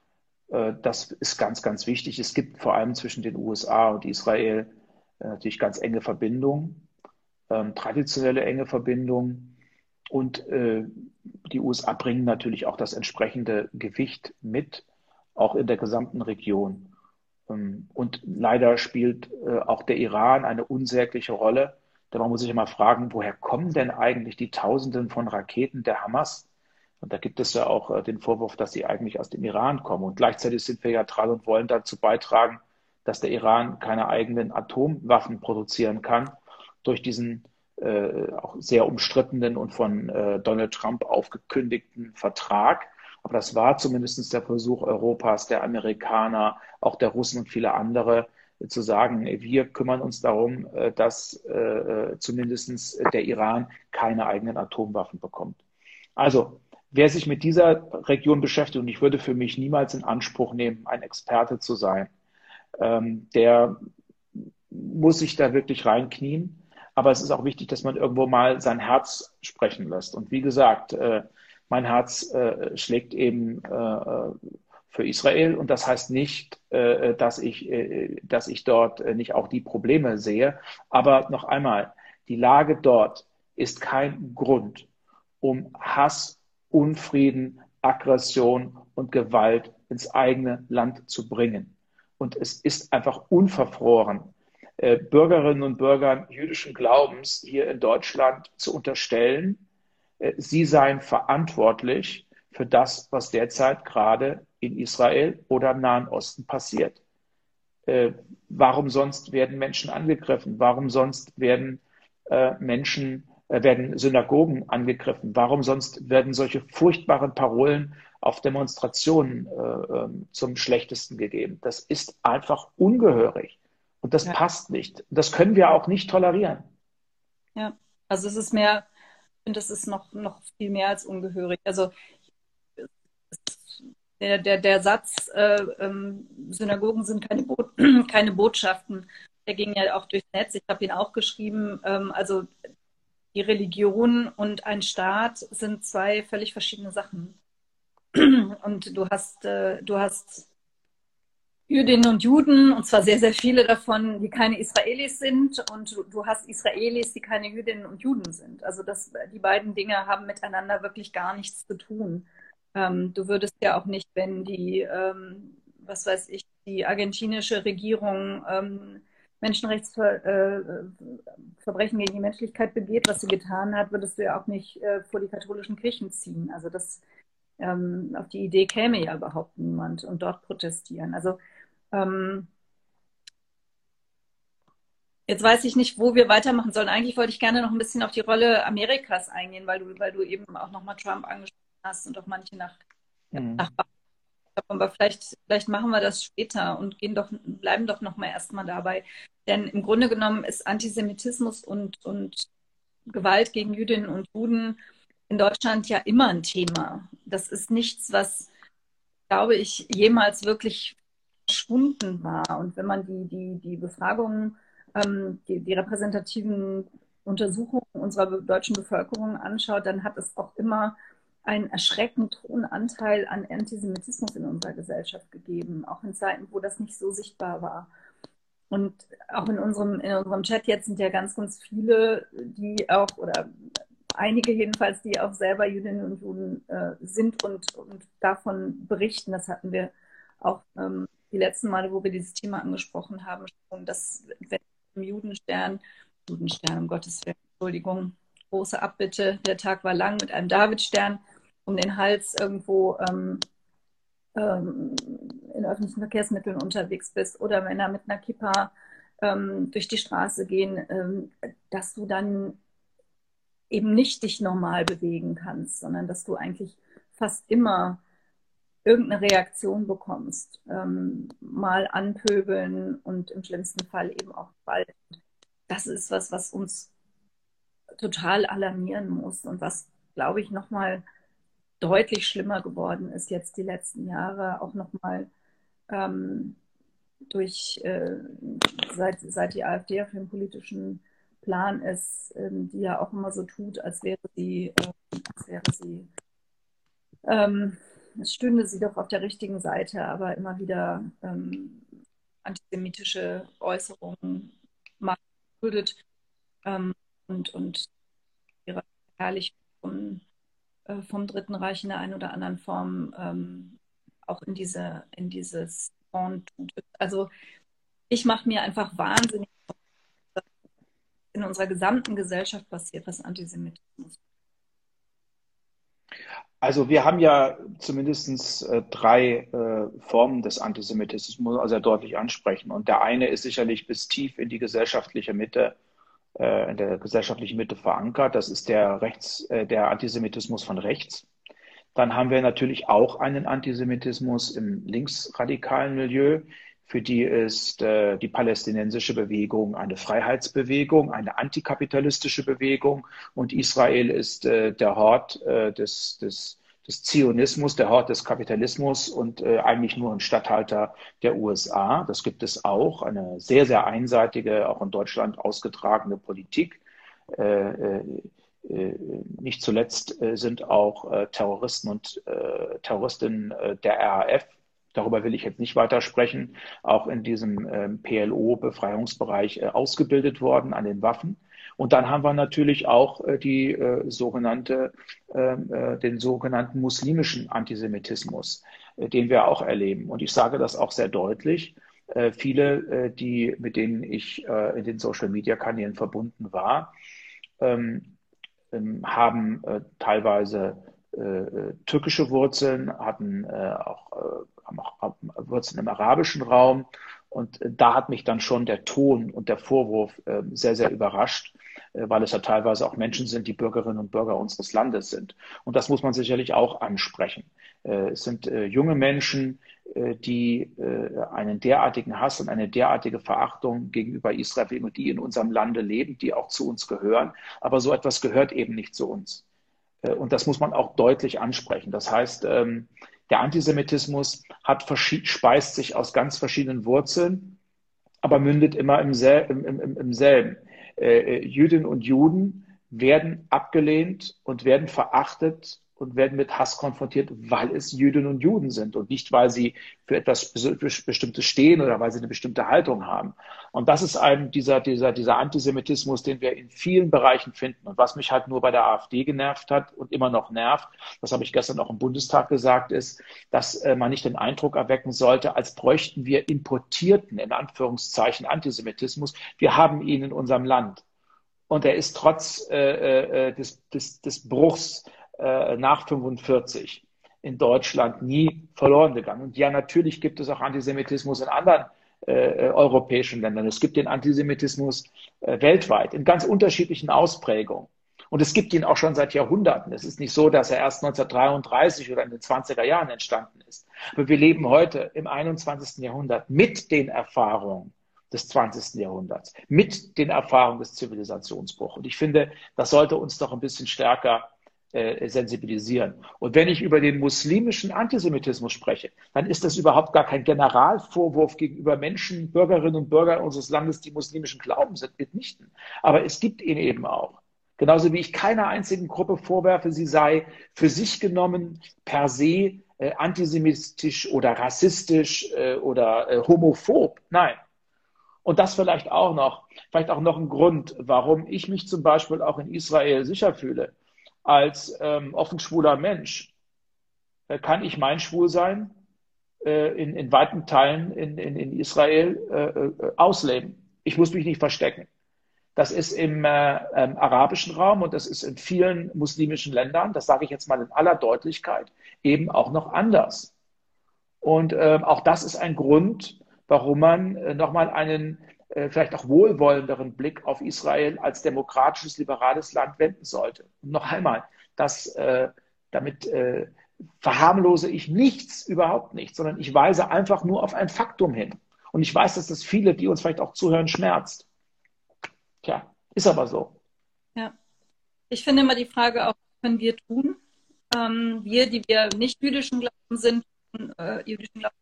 Das ist ganz, ganz wichtig. Es gibt vor allem zwischen den USA und Israel natürlich ganz enge Verbindungen, traditionelle enge Verbindungen. Und die USA bringen natürlich auch das entsprechende Gewicht mit, auch in der gesamten Region. Und leider spielt auch der Iran eine unsägliche Rolle. Denn man muss sich immer fragen, woher kommen denn eigentlich die Tausenden von Raketen der Hamas? Und da gibt es ja auch den Vorwurf, dass sie eigentlich aus dem Iran kommen. Und gleichzeitig sind wir ja dran und wollen dazu beitragen, dass der Iran keine eigenen Atomwaffen produzieren kann durch diesen auch sehr umstrittenen und von Donald Trump aufgekündigten Vertrag. Aber das war zumindest der Versuch Europas, der Amerikaner, auch der Russen und viele andere, zu sagen, wir kümmern uns darum, dass zumindest der Iran keine eigenen Atomwaffen bekommt. Also, wer sich mit dieser Region beschäftigt, und ich würde für mich niemals in Anspruch nehmen, ein Experte zu sein, der muss sich da wirklich reinknien. Aber es ist auch wichtig, dass man irgendwo mal sein Herz sprechen lässt. Und wie gesagt, mein Herz schlägt eben für Israel. Und das heißt nicht, dass ich dort nicht auch die Probleme sehe. Aber noch einmal, die Lage dort ist kein Grund, um Hass, Unfrieden, Aggression und Gewalt ins eigene Land zu bringen. Und es ist einfach unverfroren, Bürgerinnen und Bürgern jüdischen Glaubens hier in Deutschland zu unterstellen, sie seien verantwortlich für das, was derzeit gerade in Israel oder im Nahen Osten passiert. Warum sonst werden Menschen angegriffen? Warum sonst werden werden Synagogen angegriffen? Warum sonst werden solche furchtbaren Parolen auf Demonstrationen zum Schlechtesten gegeben? Das ist einfach ungehörig und das passt nicht. Das können wir auch nicht tolerieren. Ja, also es ist mehr, ich finde, das ist noch viel mehr als ungehörig. Also der Satz, Synagogen sind keine Botschaften, der ging ja auch durchs Netz. Ich habe ihn auch geschrieben. Also die Religion und ein Staat sind zwei völlig verschiedene Sachen. Und du hast Jüdinnen und Juden, und zwar sehr, sehr viele davon, die keine Israelis sind, und du hast Israelis, die keine Jüdinnen und Juden sind. Also die beiden Dinge haben miteinander wirklich gar nichts zu tun. Du würdest ja auch nicht, wenn was weiß ich, die argentinische Regierung Menschenrechtsverbrechen gegen die Menschlichkeit begeht, was sie getan hat, würdest du ja auch nicht vor die katholischen Kirchen ziehen. Also auf die Idee käme ja überhaupt niemand und dort protestieren. Also jetzt weiß ich nicht, wo wir weitermachen sollen. Eigentlich wollte ich gerne noch ein bisschen auf die Rolle Amerikas eingehen, weil du eben auch nochmal Trump angesprochen hast und auch manche Nachbarn. Aber vielleicht machen wir das später und bleiben doch nochmal erstmal dabei. Denn im Grunde genommen ist Antisemitismus und Gewalt gegen Jüdinnen und Juden in Deutschland ja immer ein Thema. Das ist nichts, was, glaube ich, jemals wirklich verschwunden war. Und wenn man die Befragungen, die repräsentativen Untersuchungen unserer deutschen Bevölkerung anschaut, dann hat es auch immer einen erschreckend hohen Anteil an Antisemitismus in unserer Gesellschaft gegeben, auch in Zeiten, wo das nicht so sichtbar war. Und auch in unserem Chat jetzt sind ja ganz, ganz viele, die auch, oder einige jedenfalls, die auch selber Jüdinnen und Juden sind und davon berichten. Das hatten wir auch die letzten Male, wo wir dieses Thema angesprochen haben, schon, dass wenn im Judenstern, um Gottes Willen, Entschuldigung, große Abbitte, der Tag war lang, mit einem Davidstern um den Hals irgendwo in öffentlichen Verkehrsmitteln unterwegs bist oder Männer mit einer Kippa durch die Straße gehen, dass du dann eben nicht dich normal bewegen kannst, sondern dass du eigentlich fast immer irgendeine Reaktion bekommst. Mal anpöbeln und im schlimmsten Fall eben auch Gewalt. Das ist was uns total alarmieren muss und was, glaube ich, nochmal deutlich schlimmer geworden ist jetzt die letzten Jahre, auch nochmal seit die AfD auf dem politischen Plan ist, die ja auch immer so tut, als es stünde sie doch auf der richtigen Seite, aber immer wieder antisemitische Äußerungen macht, duldet und ihre Verherrlichung vom Dritten Reich in der einen oder anderen Form auch in dieses Front tut. Also ich mache mir einfach wahnsinnig, was in unserer gesamten Gesellschaft passiert, was Antisemitismus. Also wir haben ja zumindest drei Formen des Antisemitismus, muss man sehr deutlich ansprechen. Und der eine ist sicherlich bis tief in die gesellschaftliche Mitte, in der gesellschaftlichen Mitte verankert. Das ist der Antisemitismus von rechts. Dann haben wir natürlich auch einen Antisemitismus im linksradikalen Milieu. Für die ist die palästinensische Bewegung eine Freiheitsbewegung, eine antikapitalistische Bewegung. Und Israel ist der Hort des Zionismus, der Hort des Kapitalismus und eigentlich nur ein Statthalter der USA. Das gibt es auch, eine sehr, sehr einseitige, auch in Deutschland ausgetragene Politik. Nicht zuletzt sind auch Terroristen und Terroristinnen der RAF, darüber will ich jetzt nicht weiter sprechen, auch in diesem PLO-Befreiungsbereich ausgebildet worden an den Waffen. Und dann haben wir natürlich auch den sogenannten muslimischen Antisemitismus, den wir auch erleben. Und ich sage das auch sehr deutlich. Viele, mit denen ich in den Social-Media-Kanälen verbunden war, haben teilweise türkische Wurzeln, haben auch Wurzeln im arabischen Raum. Und da hat mich dann schon der Ton und der Vorwurf sehr, sehr überrascht, weil es ja teilweise auch Menschen sind, die Bürgerinnen und Bürger unseres Landes sind. Und das muss man sicherlich auch ansprechen. Es sind junge Menschen, die einen derartigen Hass und eine derartige Verachtung gegenüber Israel und die in unserem Lande leben, die auch zu uns gehören. Aber so etwas gehört eben nicht zu uns. Und das muss man auch deutlich ansprechen. Das heißt, der Antisemitismus speist sich aus ganz verschiedenen Wurzeln. aber mündet immer im selben. Jüdinnen und Juden werden abgelehnt und werden verachtet und werden mit Hass konfrontiert, weil es Jüdinnen und Juden sind und nicht, weil sie für etwas Bestimmtes stehen oder weil sie eine bestimmte Haltung haben. Und das ist dieser Antisemitismus, den wir in vielen Bereichen finden. Und was mich halt nur bei der AfD genervt hat und immer noch nervt, das habe ich gestern auch im Bundestag gesagt, ist, dass man nicht den Eindruck erwecken sollte, als bräuchten wir importierten, in Anführungszeichen, Antisemitismus. Wir haben ihn in unserem Land. Und er ist trotz des Bruchs nach 45 in Deutschland nie verloren gegangen. Und ja, natürlich gibt es auch Antisemitismus in anderen europäischen Ländern. Es gibt den Antisemitismus weltweit in ganz unterschiedlichen Ausprägungen. Und es gibt ihn auch schon seit Jahrhunderten. Es ist nicht so, dass er erst 1933 oder in den 20er Jahren entstanden ist. Aber wir leben heute im 21. Jahrhundert mit den Erfahrungen des 20. Jahrhunderts, mit den Erfahrungen des Zivilisationsbruchs. Und ich finde, das sollte uns doch ein bisschen stärker sensibilisieren. Und wenn ich über den muslimischen Antisemitismus spreche, dann ist das überhaupt gar kein Generalvorwurf gegenüber Menschen, Bürgerinnen und Bürgern unseres Landes, die muslimischen Glauben sind, mitnichten. Aber es gibt ihn eben auch. Genauso wie ich keiner einzigen Gruppe vorwerfe, sie sei für sich genommen per se antisemitisch oder rassistisch oder homophob. Nein. Und das vielleicht auch noch ein Grund, warum ich mich zum Beispiel auch in Israel sicher fühle. Als offen schwuler Mensch kann ich mein Schwulsein in weiten Teilen in Israel ausleben. Ich muss mich nicht verstecken. Das ist im arabischen Raum und das ist in vielen muslimischen Ländern, das sage ich jetzt mal in aller Deutlichkeit, eben auch noch anders. Und auch das ist ein Grund, warum man nochmal einen vielleicht auch wohlwollenderen Blick auf Israel als demokratisches, liberales Land wenden sollte. Und noch einmal, damit verharmlose ich nichts, überhaupt nichts, sondern ich weise einfach nur auf ein Faktum hin. Und ich weiß, dass das viele, die uns vielleicht auch zuhören, schmerzt. Tja, ist aber so. Ja, ich finde immer die Frage auch, was können wir tun? Wir, die wir nicht jüdischen Glauben sind, jüdischen Glauben,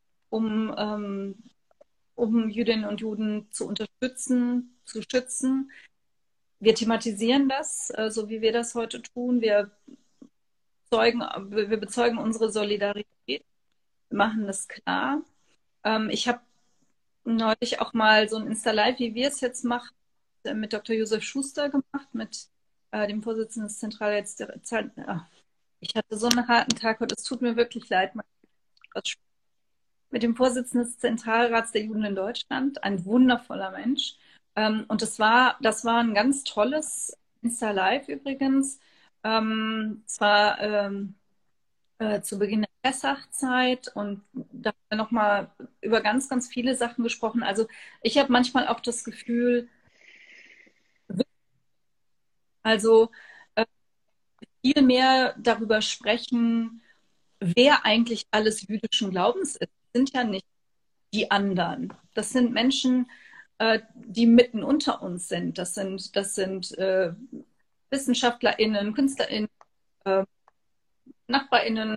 um Jüdinnen und Juden zu unterstützen, zu schützen. Wir thematisieren das, so wie wir das heute tun. Wir bezeugen unsere Solidarität, wir machen das klar. Ich habe neulich auch mal so ein Insta-Live, wie wir es jetzt machen, mit Dr. Josef Schuster gemacht, mit dem Vorsitzenden des Zentralrats der Zeit. Ich hatte so einen harten Tag heute, es tut mir wirklich leid. Mit dem Vorsitzenden des Zentralrats der Juden in Deutschland, ein wundervoller Mensch. Und das war ein ganz tolles Insta-Live übrigens. Es war zu Beginn der Pessachzeit und da haben wir nochmal über ganz, ganz viele Sachen gesprochen. Also ich habe manchmal auch das Gefühl, viel mehr darüber sprechen, wer eigentlich alles jüdischen Glaubens ist. Das sind ja nicht die anderen. Das sind Menschen, die mitten unter uns sind. Das sind WissenschaftlerInnen, KünstlerInnen, NachbarInnen.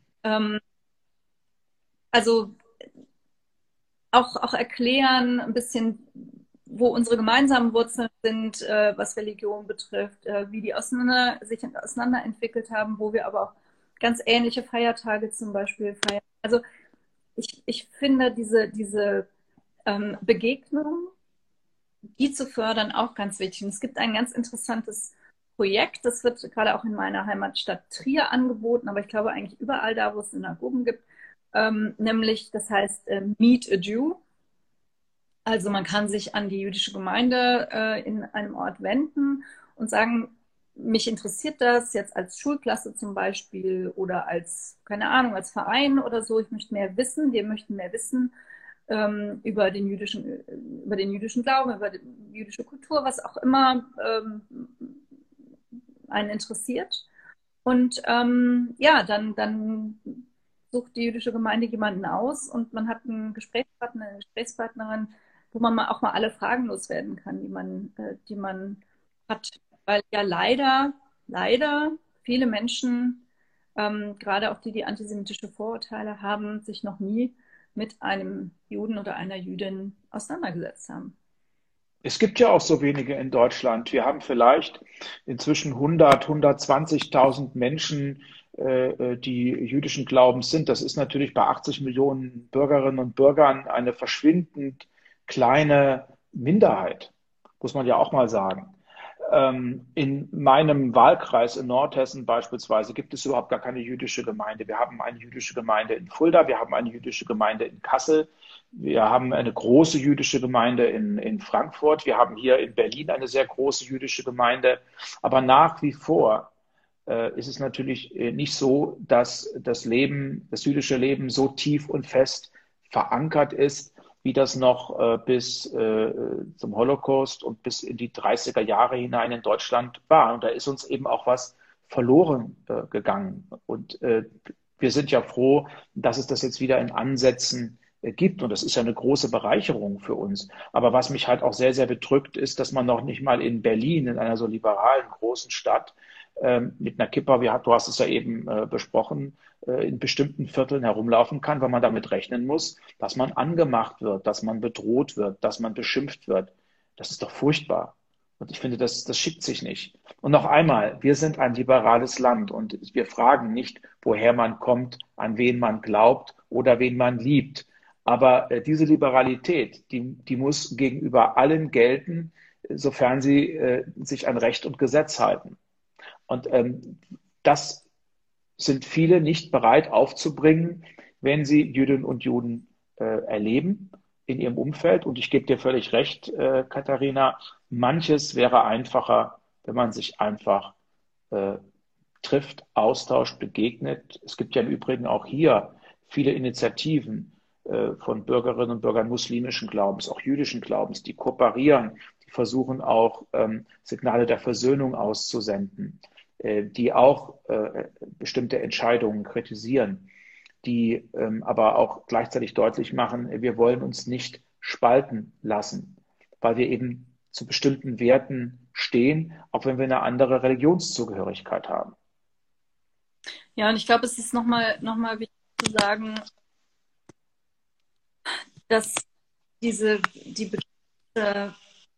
Also auch erklären ein bisschen, wo unsere gemeinsamen Wurzeln sind, was Religion betrifft, wie die sich auseinander entwickelt haben, wo wir aber auch ganz ähnliche Feiertage zum Beispiel feiern. Also ich finde diese Begegnung, die zu fördern, auch ganz wichtig. Und es gibt ein ganz interessantes Projekt, das wird gerade auch in meiner Heimatstadt Trier angeboten, aber ich glaube eigentlich überall da, wo es Synagogen gibt, nämlich, das heißt Meet a Jew. Also man kann sich an die jüdische Gemeinde in einem Ort wenden und sagen, mich interessiert das jetzt als Schulklasse zum Beispiel oder als, keine Ahnung, als Verein oder so. Ich möchte mehr wissen, wir möchten mehr wissen über den jüdischen Glauben, über die jüdische Kultur, was auch immer einen interessiert. Und ja, dann sucht die jüdische Gemeinde jemanden aus und man hat einen Gesprächspartner, eine Gesprächspartnerin, wo man auch mal alle Fragen loswerden kann, die man hat. Weil ja leider viele Menschen, gerade auch die antisemitische Vorurteile haben, sich noch nie mit einem Juden oder einer Jüdin auseinandergesetzt haben. Es gibt ja auch so wenige in Deutschland. Wir haben vielleicht inzwischen 120.000 Menschen, die jüdischen Glaubens sind. Das ist natürlich bei 80 Millionen Bürgerinnen und Bürgern eine verschwindend kleine Minderheit, muss man ja auch mal sagen. In meinem Wahlkreis in Nordhessen beispielsweise gibt es überhaupt gar keine jüdische Gemeinde. Wir haben eine jüdische Gemeinde in Fulda, wir haben eine jüdische Gemeinde in Kassel, wir haben eine große jüdische Gemeinde in Frankfurt, wir haben hier in Berlin eine sehr große jüdische Gemeinde. Aber nach wie vor ist es natürlich nicht so, dass das jüdische Leben so tief und fest verankert ist, wie das noch bis zum Holocaust und bis in die 30er Jahre hinein in Deutschland war. Und da ist uns eben auch was verloren gegangen. Und wir sind ja froh, dass es das jetzt wieder in Ansätzen gibt. Und das ist ja eine große Bereicherung für uns. Aber was mich halt auch sehr, sehr bedrückt, ist, dass man noch nicht mal in Berlin, in einer so liberalen großen Stadt, mit einer Kippa, du hast es ja eben besprochen, in bestimmten Vierteln herumlaufen kann, weil man damit rechnen muss, dass man angemacht wird, dass man bedroht wird, dass man beschimpft wird. Das ist doch furchtbar. Und ich finde, das schickt sich nicht. Und noch einmal, wir sind ein liberales Land und wir fragen nicht, woher man kommt, an wen man glaubt oder wen man liebt. Aber diese Liberalität, die muss gegenüber allen gelten, sofern sie sich an Recht und Gesetz halten. Und das sind viele nicht bereit aufzubringen, wenn sie Jüdinnen und Juden erleben in ihrem Umfeld. Und ich gebe dir völlig recht, Katharina, manches wäre einfacher, wenn man sich einfach trifft, austauscht, begegnet. Es gibt ja im Übrigen auch hier viele Initiativen von Bürgerinnen und Bürgern muslimischen Glaubens, auch jüdischen Glaubens, die kooperieren, die versuchen auch Signale der Versöhnung auszusenden, die auch bestimmte Entscheidungen kritisieren, die aber auch gleichzeitig deutlich machen, wir wollen uns nicht spalten lassen, weil wir eben zu bestimmten Werten stehen, auch wenn wir eine andere Religionszugehörigkeit haben. Ja, und ich glaube, es ist nochmal wichtig zu sagen, dass die Begriffe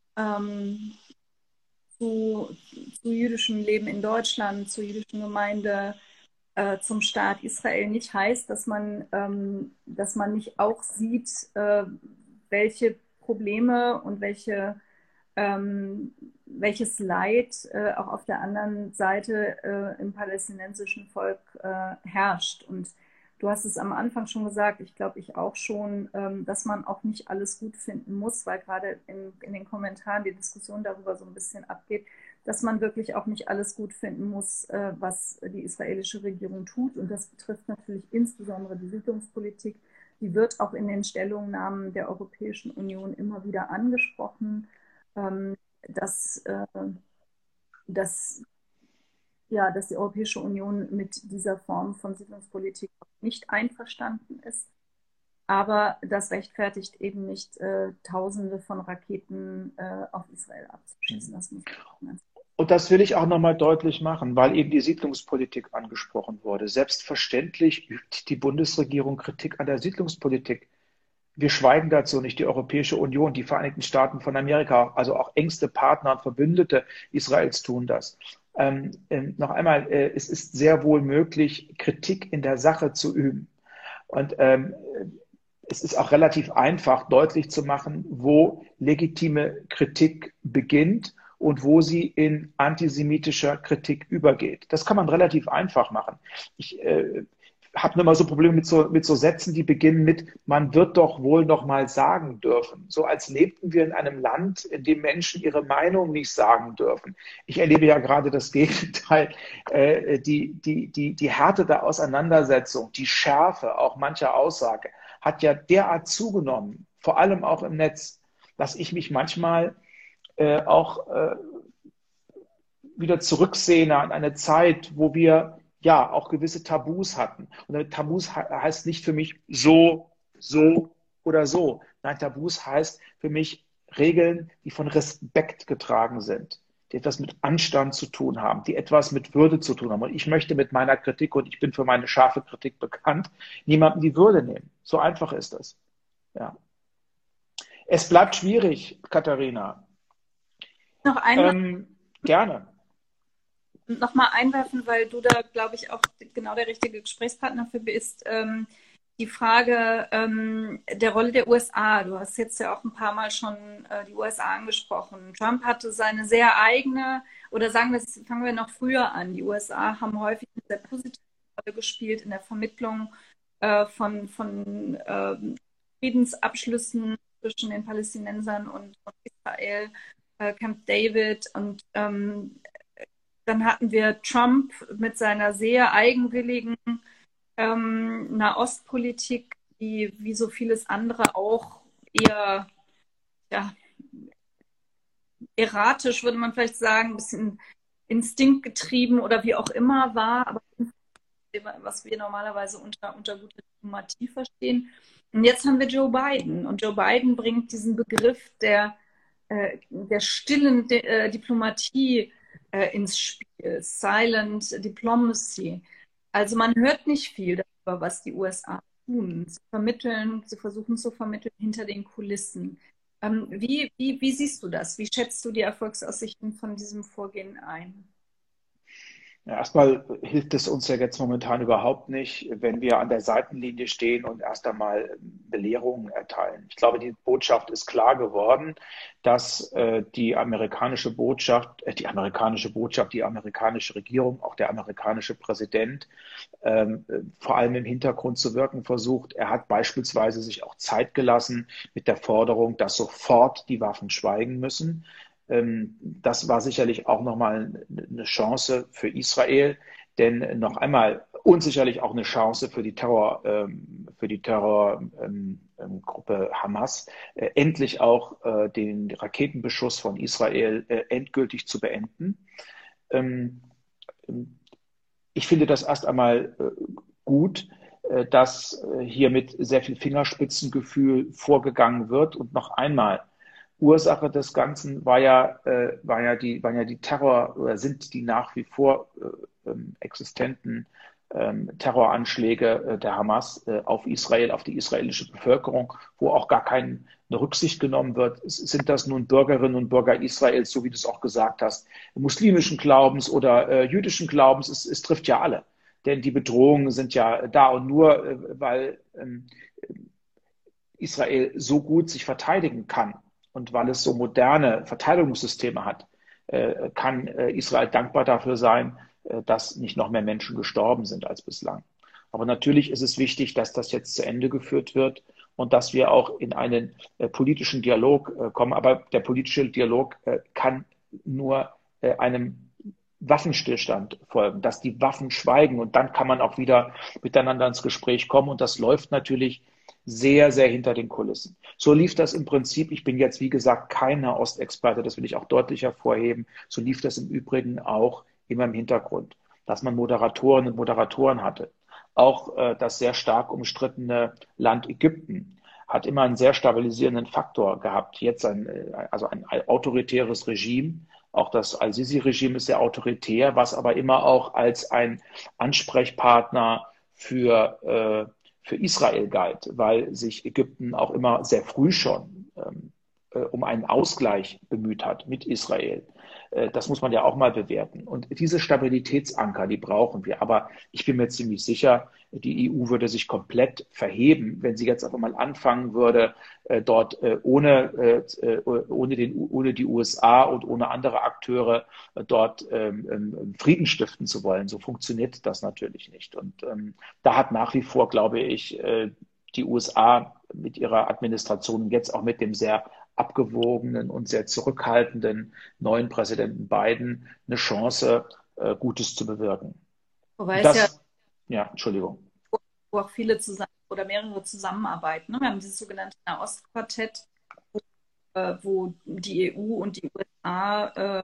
zu jüdischem Leben in Deutschland, zur jüdischen Gemeinde, zum Staat Israel nicht heißt, dass man nicht auch sieht, welche Probleme und welches Leid auch auf der anderen Seite im palästinensischen Volk herrscht. Und du hast es am Anfang schon gesagt, ich glaube, ich auch schon, dass man auch nicht alles gut finden muss, weil gerade in den Kommentaren die Diskussion darüber so ein bisschen abgeht, dass man wirklich auch nicht alles gut finden muss, was die israelische Regierung tut. Und das betrifft natürlich insbesondere die Siedlungspolitik. Die wird auch die Europäischen Union immer wieder angesprochen, dass die Europäische Union mit dieser Form von Siedlungspolitik nicht einverstanden ist. Aber das rechtfertigt eben nicht, Tausende von Raketen auf Israel abzuschießen. Das muss man auch Und das will ich auch nochmal deutlich machen, weil eben die Siedlungspolitik angesprochen wurde. Selbstverständlich übt die Bundesregierung Kritik an der Siedlungspolitik. Wir schweigen dazu nicht. Die Europäische Union, die Vereinigten Staaten von Amerika, also auch engste Partner und Verbündete Israels tun das. Noch einmal, es ist sehr wohl möglich, Kritik in der Sache zu üben. Und es ist auch relativ einfach, deutlich zu machen, wo legitime Kritik beginnt und wo sie in antisemitischer Kritik übergeht. Das kann man relativ einfach machen. Ich habe nur mal so Probleme mit so Sätzen, die beginnen mit, man wird doch wohl noch mal sagen dürfen. So als lebten wir in einem Land, in dem Menschen ihre Meinung nicht sagen dürfen. Ich erlebe ja gerade das Gegenteil. Die Härte der Auseinandersetzung, die Schärfe auch mancher Aussage hat ja derart zugenommen, vor allem auch im Netz, dass ich mich manchmal auch wieder zurücksehne an eine Zeit, wo wir ja auch gewisse Tabus hatten. Und Tabus heißt nicht für mich so oder so. Nein, Tabus heißt für mich Regeln, die von Respekt getragen sind, die etwas mit Anstand zu tun haben, die etwas mit Würde zu tun haben. Und ich möchte mit meiner Kritik, und ich bin für meine scharfe Kritik bekannt, niemandem die Würde nehmen. So einfach ist das. Ja. Es bleibt schwierig, Katharina. Noch einmal. Gerne. Noch mal einwerfen, weil du da, glaube ich, auch genau der richtige Gesprächspartner für bist. Die Frage der Rolle der USA. Du hast jetzt ja auch ein paar Mal schon die USA angesprochen. Trump hatte seine sehr eigene, oder sagen wir, fangen wir noch früher an. Die USA haben häufig eine sehr positive Rolle gespielt in der Vermittlung von Friedensabschlüssen zwischen den Palästinensern und Israel, Camp David. Und dann hatten wir Trump mit seiner sehr eigenwilligen Nahostpolitik, die wie so vieles andere auch eher ja, erratisch, würde man vielleicht sagen, ein bisschen instinktgetrieben oder wie auch immer war, aber was wir normalerweise unter guter Diplomatie verstehen. Und jetzt haben wir Joe Biden. Und Joe Biden bringt diesen Begriff der stillen Diplomatie ins Spiel, Silent Diplomacy. Also man hört nicht viel darüber, was die USA tun. Sie versuchen zu vermitteln hinter den Kulissen. Wie siehst du das? Wie schätzt du die Erfolgsaussichten von diesem Vorgehen ein? Ja, erstmal hilft es uns ja jetzt momentan überhaupt nicht, wenn wir an der Seitenlinie stehen und erst einmal Belehrungen erteilen. Ich glaube, die Botschaft ist klar geworden, dass die amerikanische Regierung, auch der amerikanische Präsident vor allem im Hintergrund zu wirken versucht. Er hat beispielsweise sich auch Zeit gelassen mit der Forderung, dass sofort die Waffen schweigen müssen. Das war sicherlich auch nochmal eine Chance für Israel, denn noch einmal und sicherlich auch eine Chance für die Terrorgruppe Hamas, endlich auch den Raketenbeschuss von Israel endgültig zu beenden. Ich finde das erst einmal gut, dass hier mit sehr viel Fingerspitzengefühl vorgegangen wird. Und noch einmal, Ursache des Ganzen waren ja die Terror oder sind die nach wie vor existenten Terroranschläge der Hamas auf Israel, auf die israelische Bevölkerung, wo auch gar keine Rücksicht genommen wird. Sind das nun Bürgerinnen und Bürger Israels, so wie du es auch gesagt hast, muslimischen Glaubens oder jüdischen Glaubens? Es trifft ja alle. Denn die Bedrohungen sind ja da, und nur weil Israel so gut sich verteidigen kann und weil es so moderne Verteidigungssysteme hat, kann Israel dankbar dafür sein, dass nicht noch mehr Menschen gestorben sind als bislang. Aber natürlich ist es wichtig, dass das jetzt zu Ende geführt wird und dass wir auch in einen politischen Dialog kommen. Aber der politische Dialog kann nur einem Waffenstillstand folgen, dass die Waffen schweigen, und dann kann man auch wieder miteinander ins Gespräch kommen, und das läuft natürlich sehr, sehr hinter den Kulissen. So lief das im Prinzip. Ich bin jetzt, wie gesagt, kein Nahostexperte, das will ich auch deutlich hervorheben. So lief das im Übrigen auch immer im Hintergrund, dass man Moderatorinnen und Moderatoren hatte. Auch das sehr stark umstrittene Land Ägypten hat immer einen sehr stabilisierenden Faktor gehabt. Jetzt ein autoritäres Regime. Auch das Al-Sisi-Regime ist sehr autoritär, was aber immer auch als ein Ansprechpartner für Israel galt, weil sich Ägypten auch immer sehr früh schon um einen Ausgleich bemüht hat mit Israel. Das muss man ja auch mal bewerten. Und diese Stabilitätsanker, die brauchen wir. Aber ich bin mir ziemlich sicher, die EU würde sich komplett verheben, wenn sie jetzt auf einmal anfangen würde, dort ohne die USA und ohne andere Akteure dort Frieden stiften zu wollen. So funktioniert das natürlich nicht. Und da hat nach wie vor, glaube ich, die USA mit ihrer Administration, jetzt auch mit dem sehr abgewogenen und sehr zurückhaltenden neuen Präsidenten Biden, eine Chance, Gutes zu bewirken. Wobei es Entschuldigung. Wo auch viele oder mehrere zusammenarbeiten. Wir haben dieses sogenannte Nahostquartett, wo die EU und die USA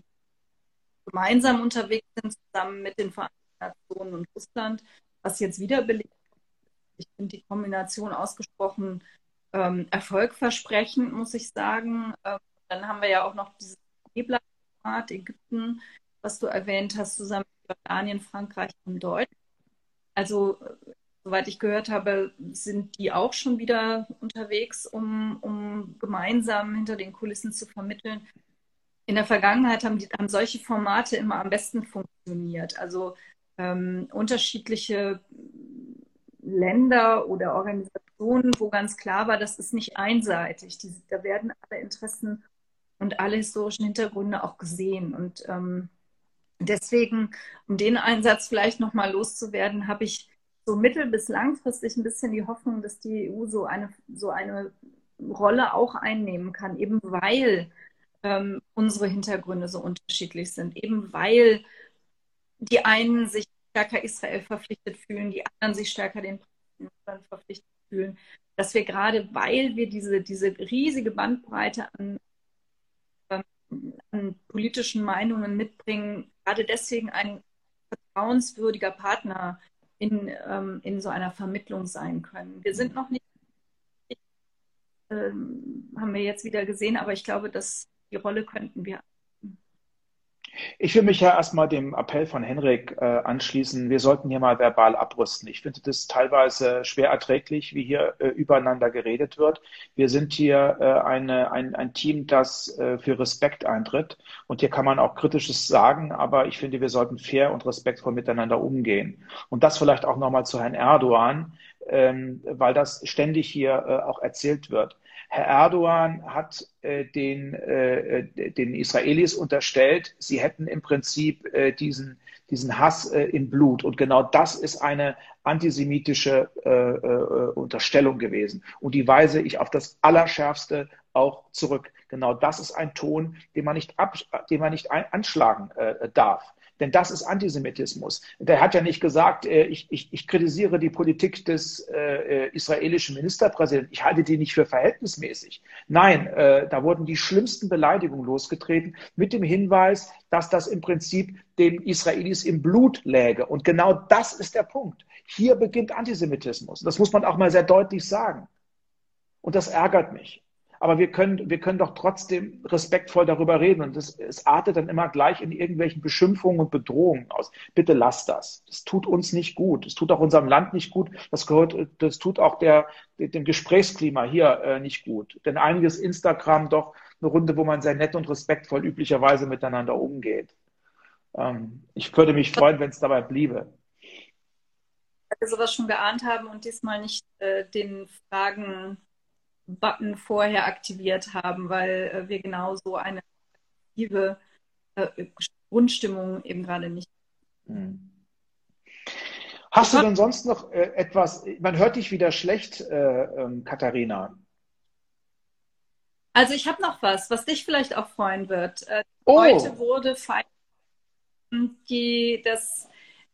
gemeinsam unterwegs sind, zusammen mit den Vereinten Nationen und Russland, was jetzt wieder belegt. Ich finde die Kombination ausgesprochen erfolgversprechend, muss ich sagen. Dann haben wir ja auch noch dieses Ebler Format, Ägypten, was du erwähnt hast, zusammen mit Jordanien, Frankreich und Deutschland. Also, soweit ich gehört habe, sind die auch schon wieder unterwegs, um gemeinsam hinter den Kulissen zu vermitteln. In der Vergangenheit haben solche Formate immer am besten funktioniert. Also unterschiedliche Länder oder Organisationen, wo ganz klar war, das ist nicht einseitig. Da werden alle Interessen und alle historischen Hintergründe auch gesehen. Und deswegen, um den Einsatz vielleicht nochmal loszuwerden, habe ich so mittel- bis langfristig ein bisschen die Hoffnung, dass die EU so eine Rolle auch einnehmen kann, eben weil unsere Hintergründe so unterschiedlich sind, eben weil die einen sich stärker Israel verpflichtet fühlen, die anderen sich stärker den Palästinensern verpflichtet fühlen, dass wir gerade, weil wir diese riesige Bandbreite an politischen Meinungen mitbringen, gerade deswegen ein vertrauenswürdiger Partner in so einer Vermittlung sein können. Wir sind noch nicht, haben wir jetzt wieder gesehen, aber ich glaube, dass die Rolle könnten wir. Ich will mich ja erstmal dem Appell von Henrik anschließen. Wir sollten hier mal verbal abrüsten. Ich finde das teilweise schwer erträglich, wie hier übereinander geredet wird. Wir sind hier ein Team, das für Respekt eintritt. Und hier kann man auch Kritisches sagen, aber ich finde, wir sollten fair und respektvoll miteinander umgehen. Und das vielleicht auch nochmal zu Herrn Erdogan, weil das ständig hier auch erzählt wird. Herr Erdogan hat den Israelis unterstellt, sie hätten im Prinzip diesen Hass im Blut. Und genau das ist eine antisemitische Unterstellung gewesen. Und die weise ich auf das Allerschärfste auch zurück. Genau das ist ein Ton, den man nicht anschlagen darf. Denn das ist Antisemitismus. Der hat ja nicht gesagt, ich kritisiere die Politik des israelischen Ministerpräsidenten, ich halte die nicht für verhältnismäßig. Nein, da wurden die schlimmsten Beleidigungen losgetreten mit dem Hinweis, dass das im Prinzip den Israelis im Blut läge. Und genau das ist der Punkt. Hier beginnt Antisemitismus. Das muss man auch mal sehr deutlich sagen. Und das ärgert mich. Aber wir können doch trotzdem respektvoll darüber reden. Und es artet dann immer gleich in irgendwelchen Beschimpfungen und Bedrohungen aus. Bitte lasst das. Das tut uns nicht gut. Das tut auch unserem Land nicht gut. Das tut auch dem Gesprächsklima hier nicht gut. Denn einiges Instagram doch eine Runde, wo man sehr nett und respektvoll üblicherweise miteinander umgeht. Ich würde mich freuen, wenn es dabei bliebe. Dass wir sowas schon geahnt haben und diesmal nicht den Fragen-Button vorher aktiviert haben, weil wir genauso eine aktive Grundstimmung eben gerade nicht. Hast du denn sonst noch etwas? Man hört dich wieder schlecht, Katharina. Also ich habe noch was dich vielleicht auch freuen wird. Heute wurde das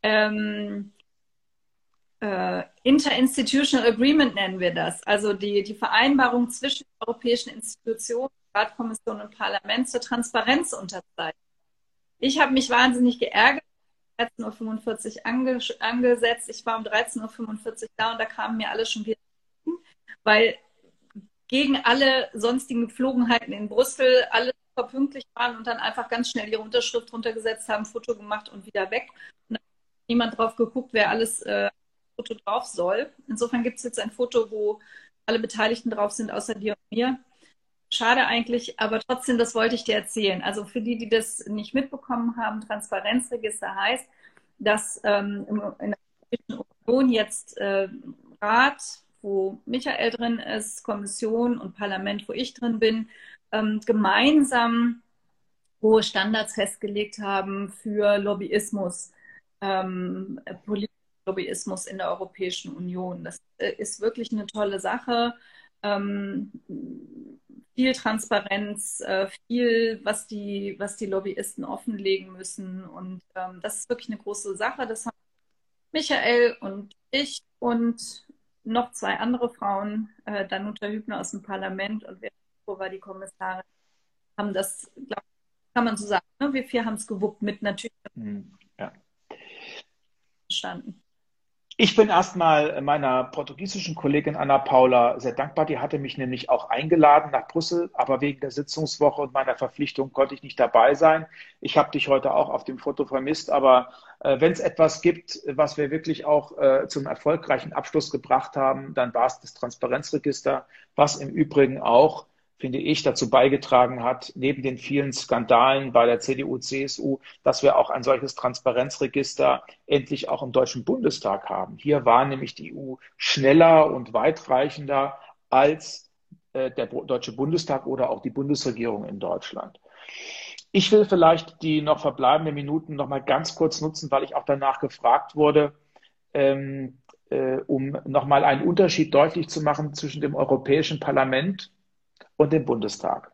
Interinstitutional Agreement nennen wir das, also die Vereinbarung zwischen europäischen Institutionen, Rat, Kommission und Parlament zur Transparenz unterzeichnet. Ich habe mich wahnsinnig geärgert, 13:45 Uhr angesetzt, ich war um 13:45 Uhr da und da kamen mir alle schon wieder hin, weil gegen alle sonstigen Gepflogenheiten in Brüssel alle super pünktlich waren und dann einfach ganz schnell ihre Unterschrift runtergesetzt haben, Foto gemacht und wieder weg. Und dann hat niemand drauf geguckt, wer alles Foto drauf soll. Insofern gibt es jetzt ein Foto, wo alle Beteiligten drauf sind, außer dir und mir. Schade eigentlich, aber trotzdem, das wollte ich dir erzählen. Also für die das nicht mitbekommen haben, Transparenzregister heißt, dass in der Europäischen Union jetzt Rat, wo Michael drin ist, Kommission und Parlament, wo ich drin bin, gemeinsam hohe Standards festgelegt haben für Lobbyismus, politischen Lobbyismus in der Europäischen Union. Das ist wirklich eine tolle Sache. Viel Transparenz, viel, was die Lobbyisten offenlegen müssen. Und das ist wirklich eine große Sache. Das haben Michael und ich und noch 2 andere Frauen, Danuta Hübner aus dem Parlament und Vera war die Kommissarin, haben das, glaube ich, kann man so sagen, ne? Wir 4 haben es gewuppt mit natürlich. Ja. Verstanden. Ich bin erstmal meiner portugiesischen Kollegin Ana Paula sehr dankbar. Die hatte mich nämlich auch eingeladen nach Brüssel, aber wegen der Sitzungswoche und meiner Verpflichtung konnte ich nicht dabei sein. Ich habe dich heute auch auf dem Foto vermisst, aber wenn es etwas gibt, was wir wirklich auch zum erfolgreichen Abschluss gebracht haben, dann war es das Transparenzregister, was im Übrigen auch, finde ich, dazu beigetragen hat, neben den vielen Skandalen bei der CDU, CSU, dass wir auch ein solches Transparenzregister endlich auch im Deutschen Bundestag haben. Hier war nämlich die EU schneller und weitreichender als der Deutsche Bundestag oder auch die Bundesregierung in Deutschland. Ich will vielleicht die noch verbleibenden Minuten noch mal ganz kurz nutzen, weil ich auch danach gefragt wurde, um noch mal einen Unterschied deutlich zu machen zwischen dem Europäischen Parlament und dem Bundestag.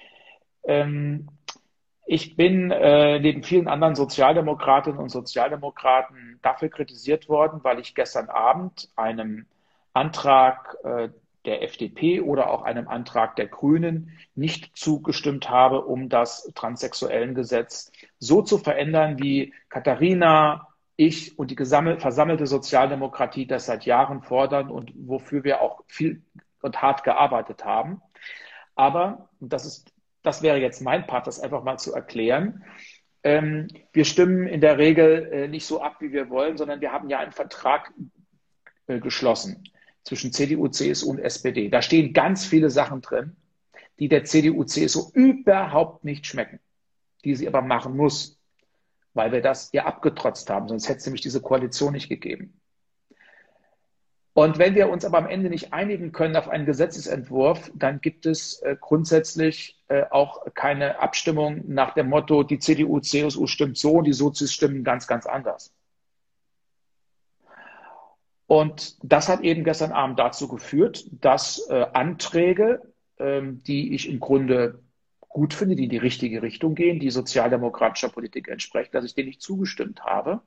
Ich bin neben vielen anderen Sozialdemokratinnen und Sozialdemokraten dafür kritisiert worden, weil ich gestern Abend einem Antrag der FDP oder auch einem Antrag der Grünen nicht zugestimmt habe, um das Transsexuellengesetz so zu verändern, wie Katharina, ich und die versammelte Sozialdemokratie das seit Jahren fordern und wofür wir auch viel und hart gearbeitet haben. Aber, und das wäre jetzt mein Part, das einfach mal zu erklären, wir stimmen in der Regel nicht so ab, wie wir wollen, sondern wir haben ja einen Vertrag geschlossen zwischen CDU, CSU und SPD. Da stehen ganz viele Sachen drin, die der CDU, CSU überhaupt nicht schmecken, die sie aber machen muss, weil wir das ihr abgetrotzt haben, sonst hätte es nämlich diese Koalition nicht gegeben. Und wenn wir uns aber am Ende nicht einigen können auf einen Gesetzesentwurf, dann gibt es grundsätzlich auch keine Abstimmung nach dem Motto, die CDU, CSU stimmt so und die Sozis stimmen ganz, ganz anders. Und das hat eben gestern Abend dazu geführt, dass Anträge, die ich im Grunde gut finde, die in die richtige Richtung gehen, die sozialdemokratischer Politik entsprechen, dass ich denen nicht zugestimmt habe,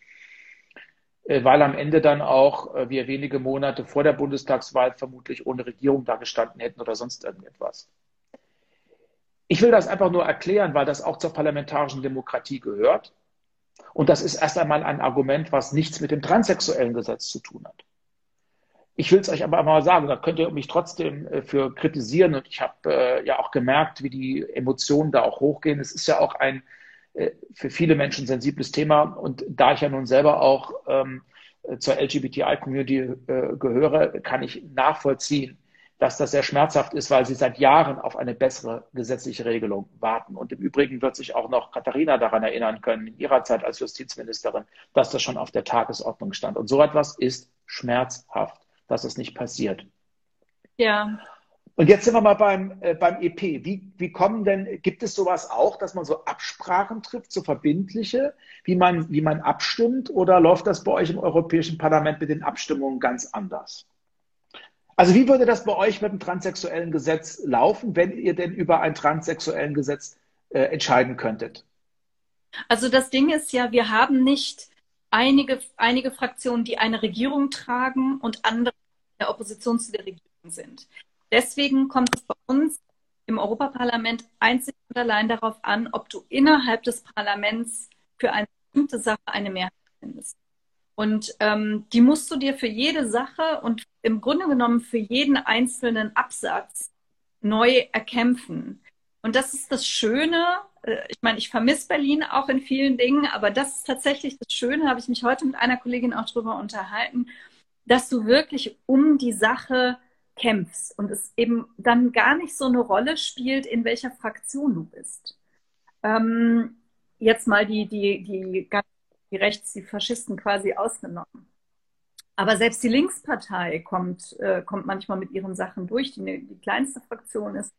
weil am Ende dann auch wir wenige Monate vor der Bundestagswahl vermutlich ohne Regierung da gestanden hätten oder sonst irgendetwas. Ich will das einfach nur erklären, weil das auch zur parlamentarischen Demokratie gehört. Und das ist erst einmal ein Argument, was nichts mit dem transsexuellen Gesetz zu tun hat. Ich will es euch aber mal sagen, da könnt ihr mich trotzdem für kritisieren. Und ich habe ja auch gemerkt, wie die Emotionen da auch hochgehen. Es ist ja auch ein für viele Menschen sensibles Thema. Und da ich ja nun selber auch zur LGBTI-Community gehöre, kann ich nachvollziehen, dass das sehr schmerzhaft ist, weil sie seit Jahren auf eine bessere gesetzliche Regelung warten. Und im Übrigen wird sich auch noch Katharina daran erinnern können, in ihrer Zeit als Justizministerin, dass das schon auf der Tagesordnung stand. Und so etwas ist schmerzhaft, dass es nicht passiert. Ja. Und jetzt sind wir mal beim EP. Wie kommen denn, gibt es sowas auch, dass man so Absprachen trifft, so verbindliche, wie man abstimmt, oder läuft das bei euch im Europäischen Parlament mit den Abstimmungen ganz anders? Also wie würde das bei euch mit dem transsexuellen Gesetz laufen, wenn ihr denn über ein transsexuellen Gesetz entscheiden könntet? Also das Ding ist ja, wir haben nicht einige Fraktionen, die eine Regierung tragen und andere in der Opposition zu der Regierung sind. Deswegen kommt es bei uns im Europaparlament einzig und allein darauf an, ob du innerhalb des Parlaments für eine bestimmte Sache eine Mehrheit findest. Und die musst du dir für jede Sache und im Grunde genommen für jeden einzelnen Absatz neu erkämpfen. Und das ist das Schöne. Ich meine, ich vermisse Berlin auch in vielen Dingen, aber das ist tatsächlich das Schöne, habe ich mich heute mit einer Kollegin auch drüber unterhalten, dass du wirklich um die Sache kämpfst und es eben dann gar nicht so eine Rolle spielt, in welcher Fraktion du bist. Jetzt mal die Rechts, die Faschisten quasi ausgenommen. Aber selbst die Linkspartei kommt manchmal mit ihren Sachen durch, die kleinste Fraktion ist.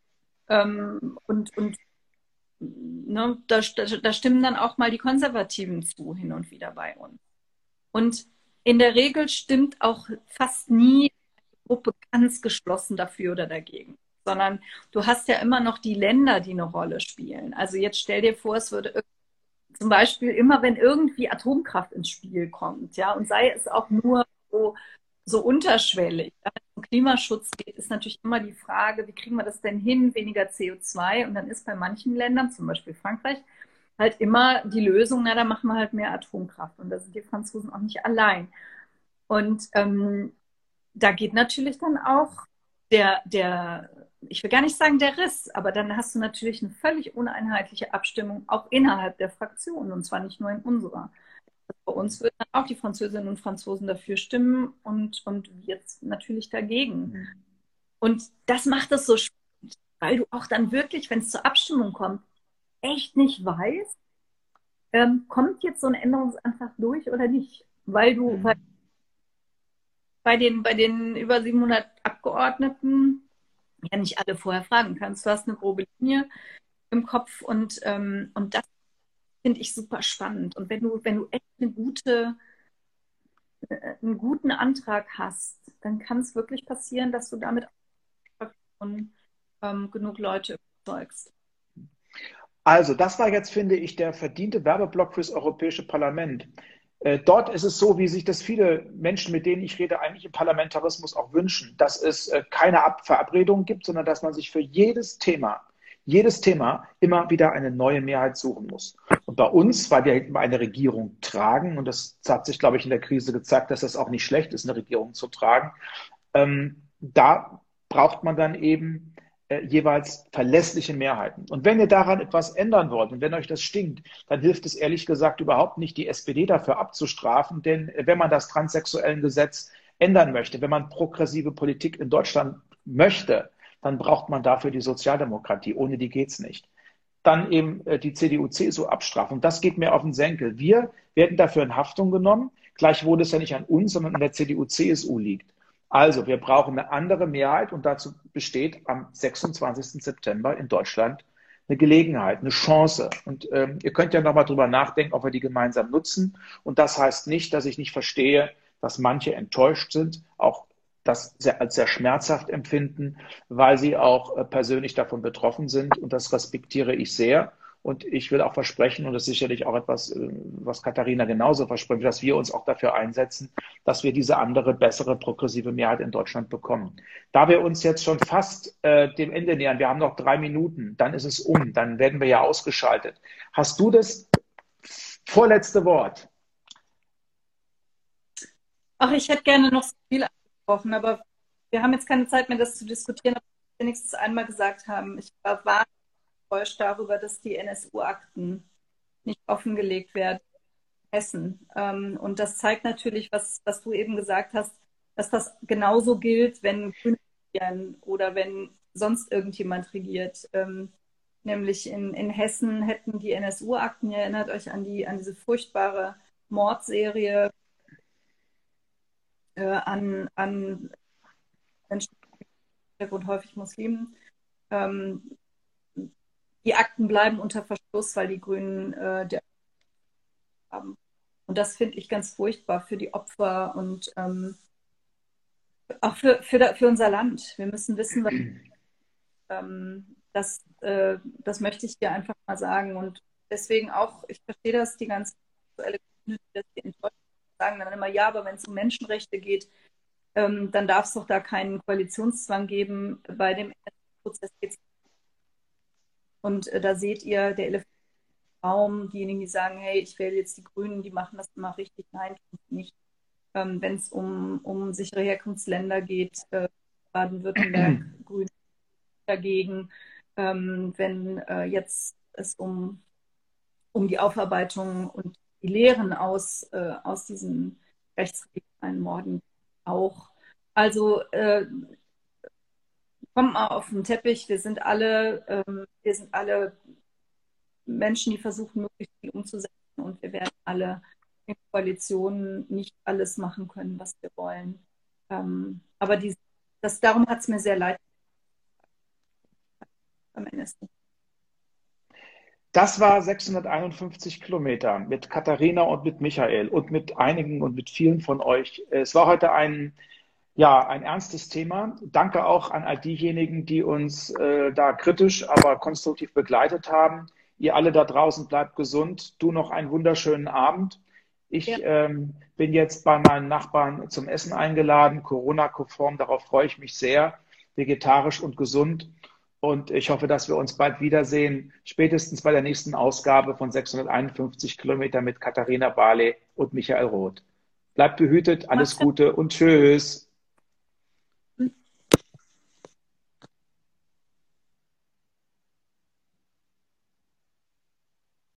Ne, da stimmen dann auch mal die Konservativen zu, hin und wieder bei uns. Und in der Regel stimmt auch fast nie eine Gruppe ganz geschlossen dafür oder dagegen, sondern du hast ja immer noch die Länder, die eine Rolle spielen. Also jetzt stell dir vor, es würde zum Beispiel immer, wenn irgendwie Atomkraft ins Spiel kommt, ja, und sei es auch nur so unterschwellig. Wenn es um Klimaschutz geht, ist natürlich immer die Frage, wie kriegen wir das denn hin, weniger CO2? Und dann ist bei manchen Ländern, zum Beispiel Frankreich, halt immer die Lösung, na, da machen wir halt mehr Atomkraft. Und da sind die Franzosen auch nicht allein. Und da geht natürlich dann auch ich will gar nicht sagen der Riss, aber dann hast du natürlich eine völlig uneinheitliche Abstimmung auch innerhalb der Fraktion und zwar nicht nur in unserer. Bei uns würden dann auch die Französinnen und Franzosen dafür stimmen und wir jetzt natürlich dagegen. Und das macht es so spannend, weil du auch dann wirklich, wenn es zur Abstimmung kommt, echt nicht weißt, kommt jetzt so ein Änderungsantrag durch oder nicht? Weil bei den über 700 Abgeordneten ja nicht alle vorher fragen kannst. Du hast eine grobe Linie im Kopf und das finde ich super spannend. Und wenn du echt einen guten Antrag hast, dann kann es wirklich passieren, dass du damit genug Leute überzeugst. Also, das war jetzt, finde ich, der verdiente Werbeblock fürs Europäische Parlament. Dort ist es so, wie sich das viele Menschen, mit denen ich rede, eigentlich im Parlamentarismus auch wünschen, dass es keine Verabredungen gibt, sondern dass man sich für jedes Thema immer wieder eine neue Mehrheit suchen muss. Und bei uns, weil wir eine Regierung tragen, und das hat sich, glaube ich, in der Krise gezeigt, dass das auch nicht schlecht ist, eine Regierung zu tragen, da braucht man dann eben jeweils verlässliche Mehrheiten. Und wenn ihr daran etwas ändern wollt und wenn euch das stinkt, dann hilft es ehrlich gesagt überhaupt nicht, die SPD dafür abzustrafen, denn wenn man das transsexuellen Gesetz ändern möchte, wenn man progressive Politik in Deutschland möchte, dann braucht man dafür die Sozialdemokratie. Ohne die geht's nicht. Dann eben die CDU, CSU abstrafen. Das geht mir auf den Senkel. Wir werden dafür in Haftung genommen, gleichwohl es ja nicht an uns, sondern an der CDU, CSU liegt. Also, wir brauchen eine andere Mehrheit und dazu besteht am 26. September in Deutschland eine Gelegenheit, eine Chance. Und ihr könnt ja nochmal drüber nachdenken, ob wir die gemeinsam nutzen. Und das heißt nicht, dass ich nicht verstehe, dass manche enttäuscht sind, auch das als sehr schmerzhaft empfinden, weil sie auch persönlich davon betroffen sind. Und das respektiere ich sehr. Und ich will auch versprechen, und das ist sicherlich auch etwas, was Katharina genauso verspricht, dass wir uns auch dafür einsetzen, dass wir diese andere, bessere, progressive Mehrheit in Deutschland bekommen. Da wir uns jetzt schon fast dem Ende nähern, wir haben noch 3 Minuten, dann ist es dann werden wir ja ausgeschaltet. Hast du das vorletzte Wort? Ach, ich hätte gerne noch so viel angesprochen, aber wir haben jetzt keine Zeit mehr, das zu diskutieren, aber wir wenigstens einmal gesagt haben. Ich war wahnsinnig enttäuscht darüber, dass die NSU-Akten nicht offengelegt werden in Hessen. Und das zeigt natürlich, was du eben gesagt hast, dass das genauso gilt, wenn Grüne regieren oder wenn sonst irgendjemand regiert. Nämlich in Hessen hätten die NSU-Akten, ihr erinnert euch an diese furchtbare Mordserie an Menschen und häufig Muslimen. Die Akten bleiben unter Verschluss, weil die Grünen der haben. Und das finde ich ganz furchtbar für die Opfer und auch für unser Land. Wir müssen wissen, das möchte ich dir einfach mal sagen. Und deswegen auch, ich verstehe das, die ganze aktuelle Community, dass die enttäuscht sagen dann immer, ja, aber wenn es um Menschenrechte geht, dann darf es doch da keinen Koalitionszwang geben. Bei dem Prozess geht es. Und da seht ihr, der Elefant im Raum, diejenigen, die sagen, hey, ich wähle jetzt die Grünen, die machen das immer richtig. Nein, nicht. Wenn es um sichere Herkunftsländer geht, Baden-Württemberg, Grüne dagegen. Wenn jetzt es um die Aufarbeitung und die Lehren aus diesen rechtsradikalen Morden auch. Also kommt mal auf den Teppich. Wir sind alle Menschen, die versuchen, möglichst viel umzusetzen, und wir werden alle in Koalitionen nicht alles machen können, was wir wollen. Aber darum hat es mir sehr leid. Am Ende ist nicht. Das war 651 Kilometer mit Katharina und mit Michael und mit einigen und mit vielen von euch. Es war heute ein ernstes Thema. Danke auch an all diejenigen, die uns da kritisch, aber konstruktiv begleitet haben. Ihr alle da draußen bleibt gesund. Du noch einen wunderschönen Abend. Ich bin jetzt bei meinen Nachbarn zum Essen eingeladen, Corona-konform. Darauf freue ich mich sehr, vegetarisch und gesund. Und ich hoffe, dass wir uns bald wiedersehen, spätestens bei der nächsten Ausgabe von 651 Kilometer mit Katharina Barley und Michael Roth. Bleibt behütet, alles Mach's gut. Gute und tschüss.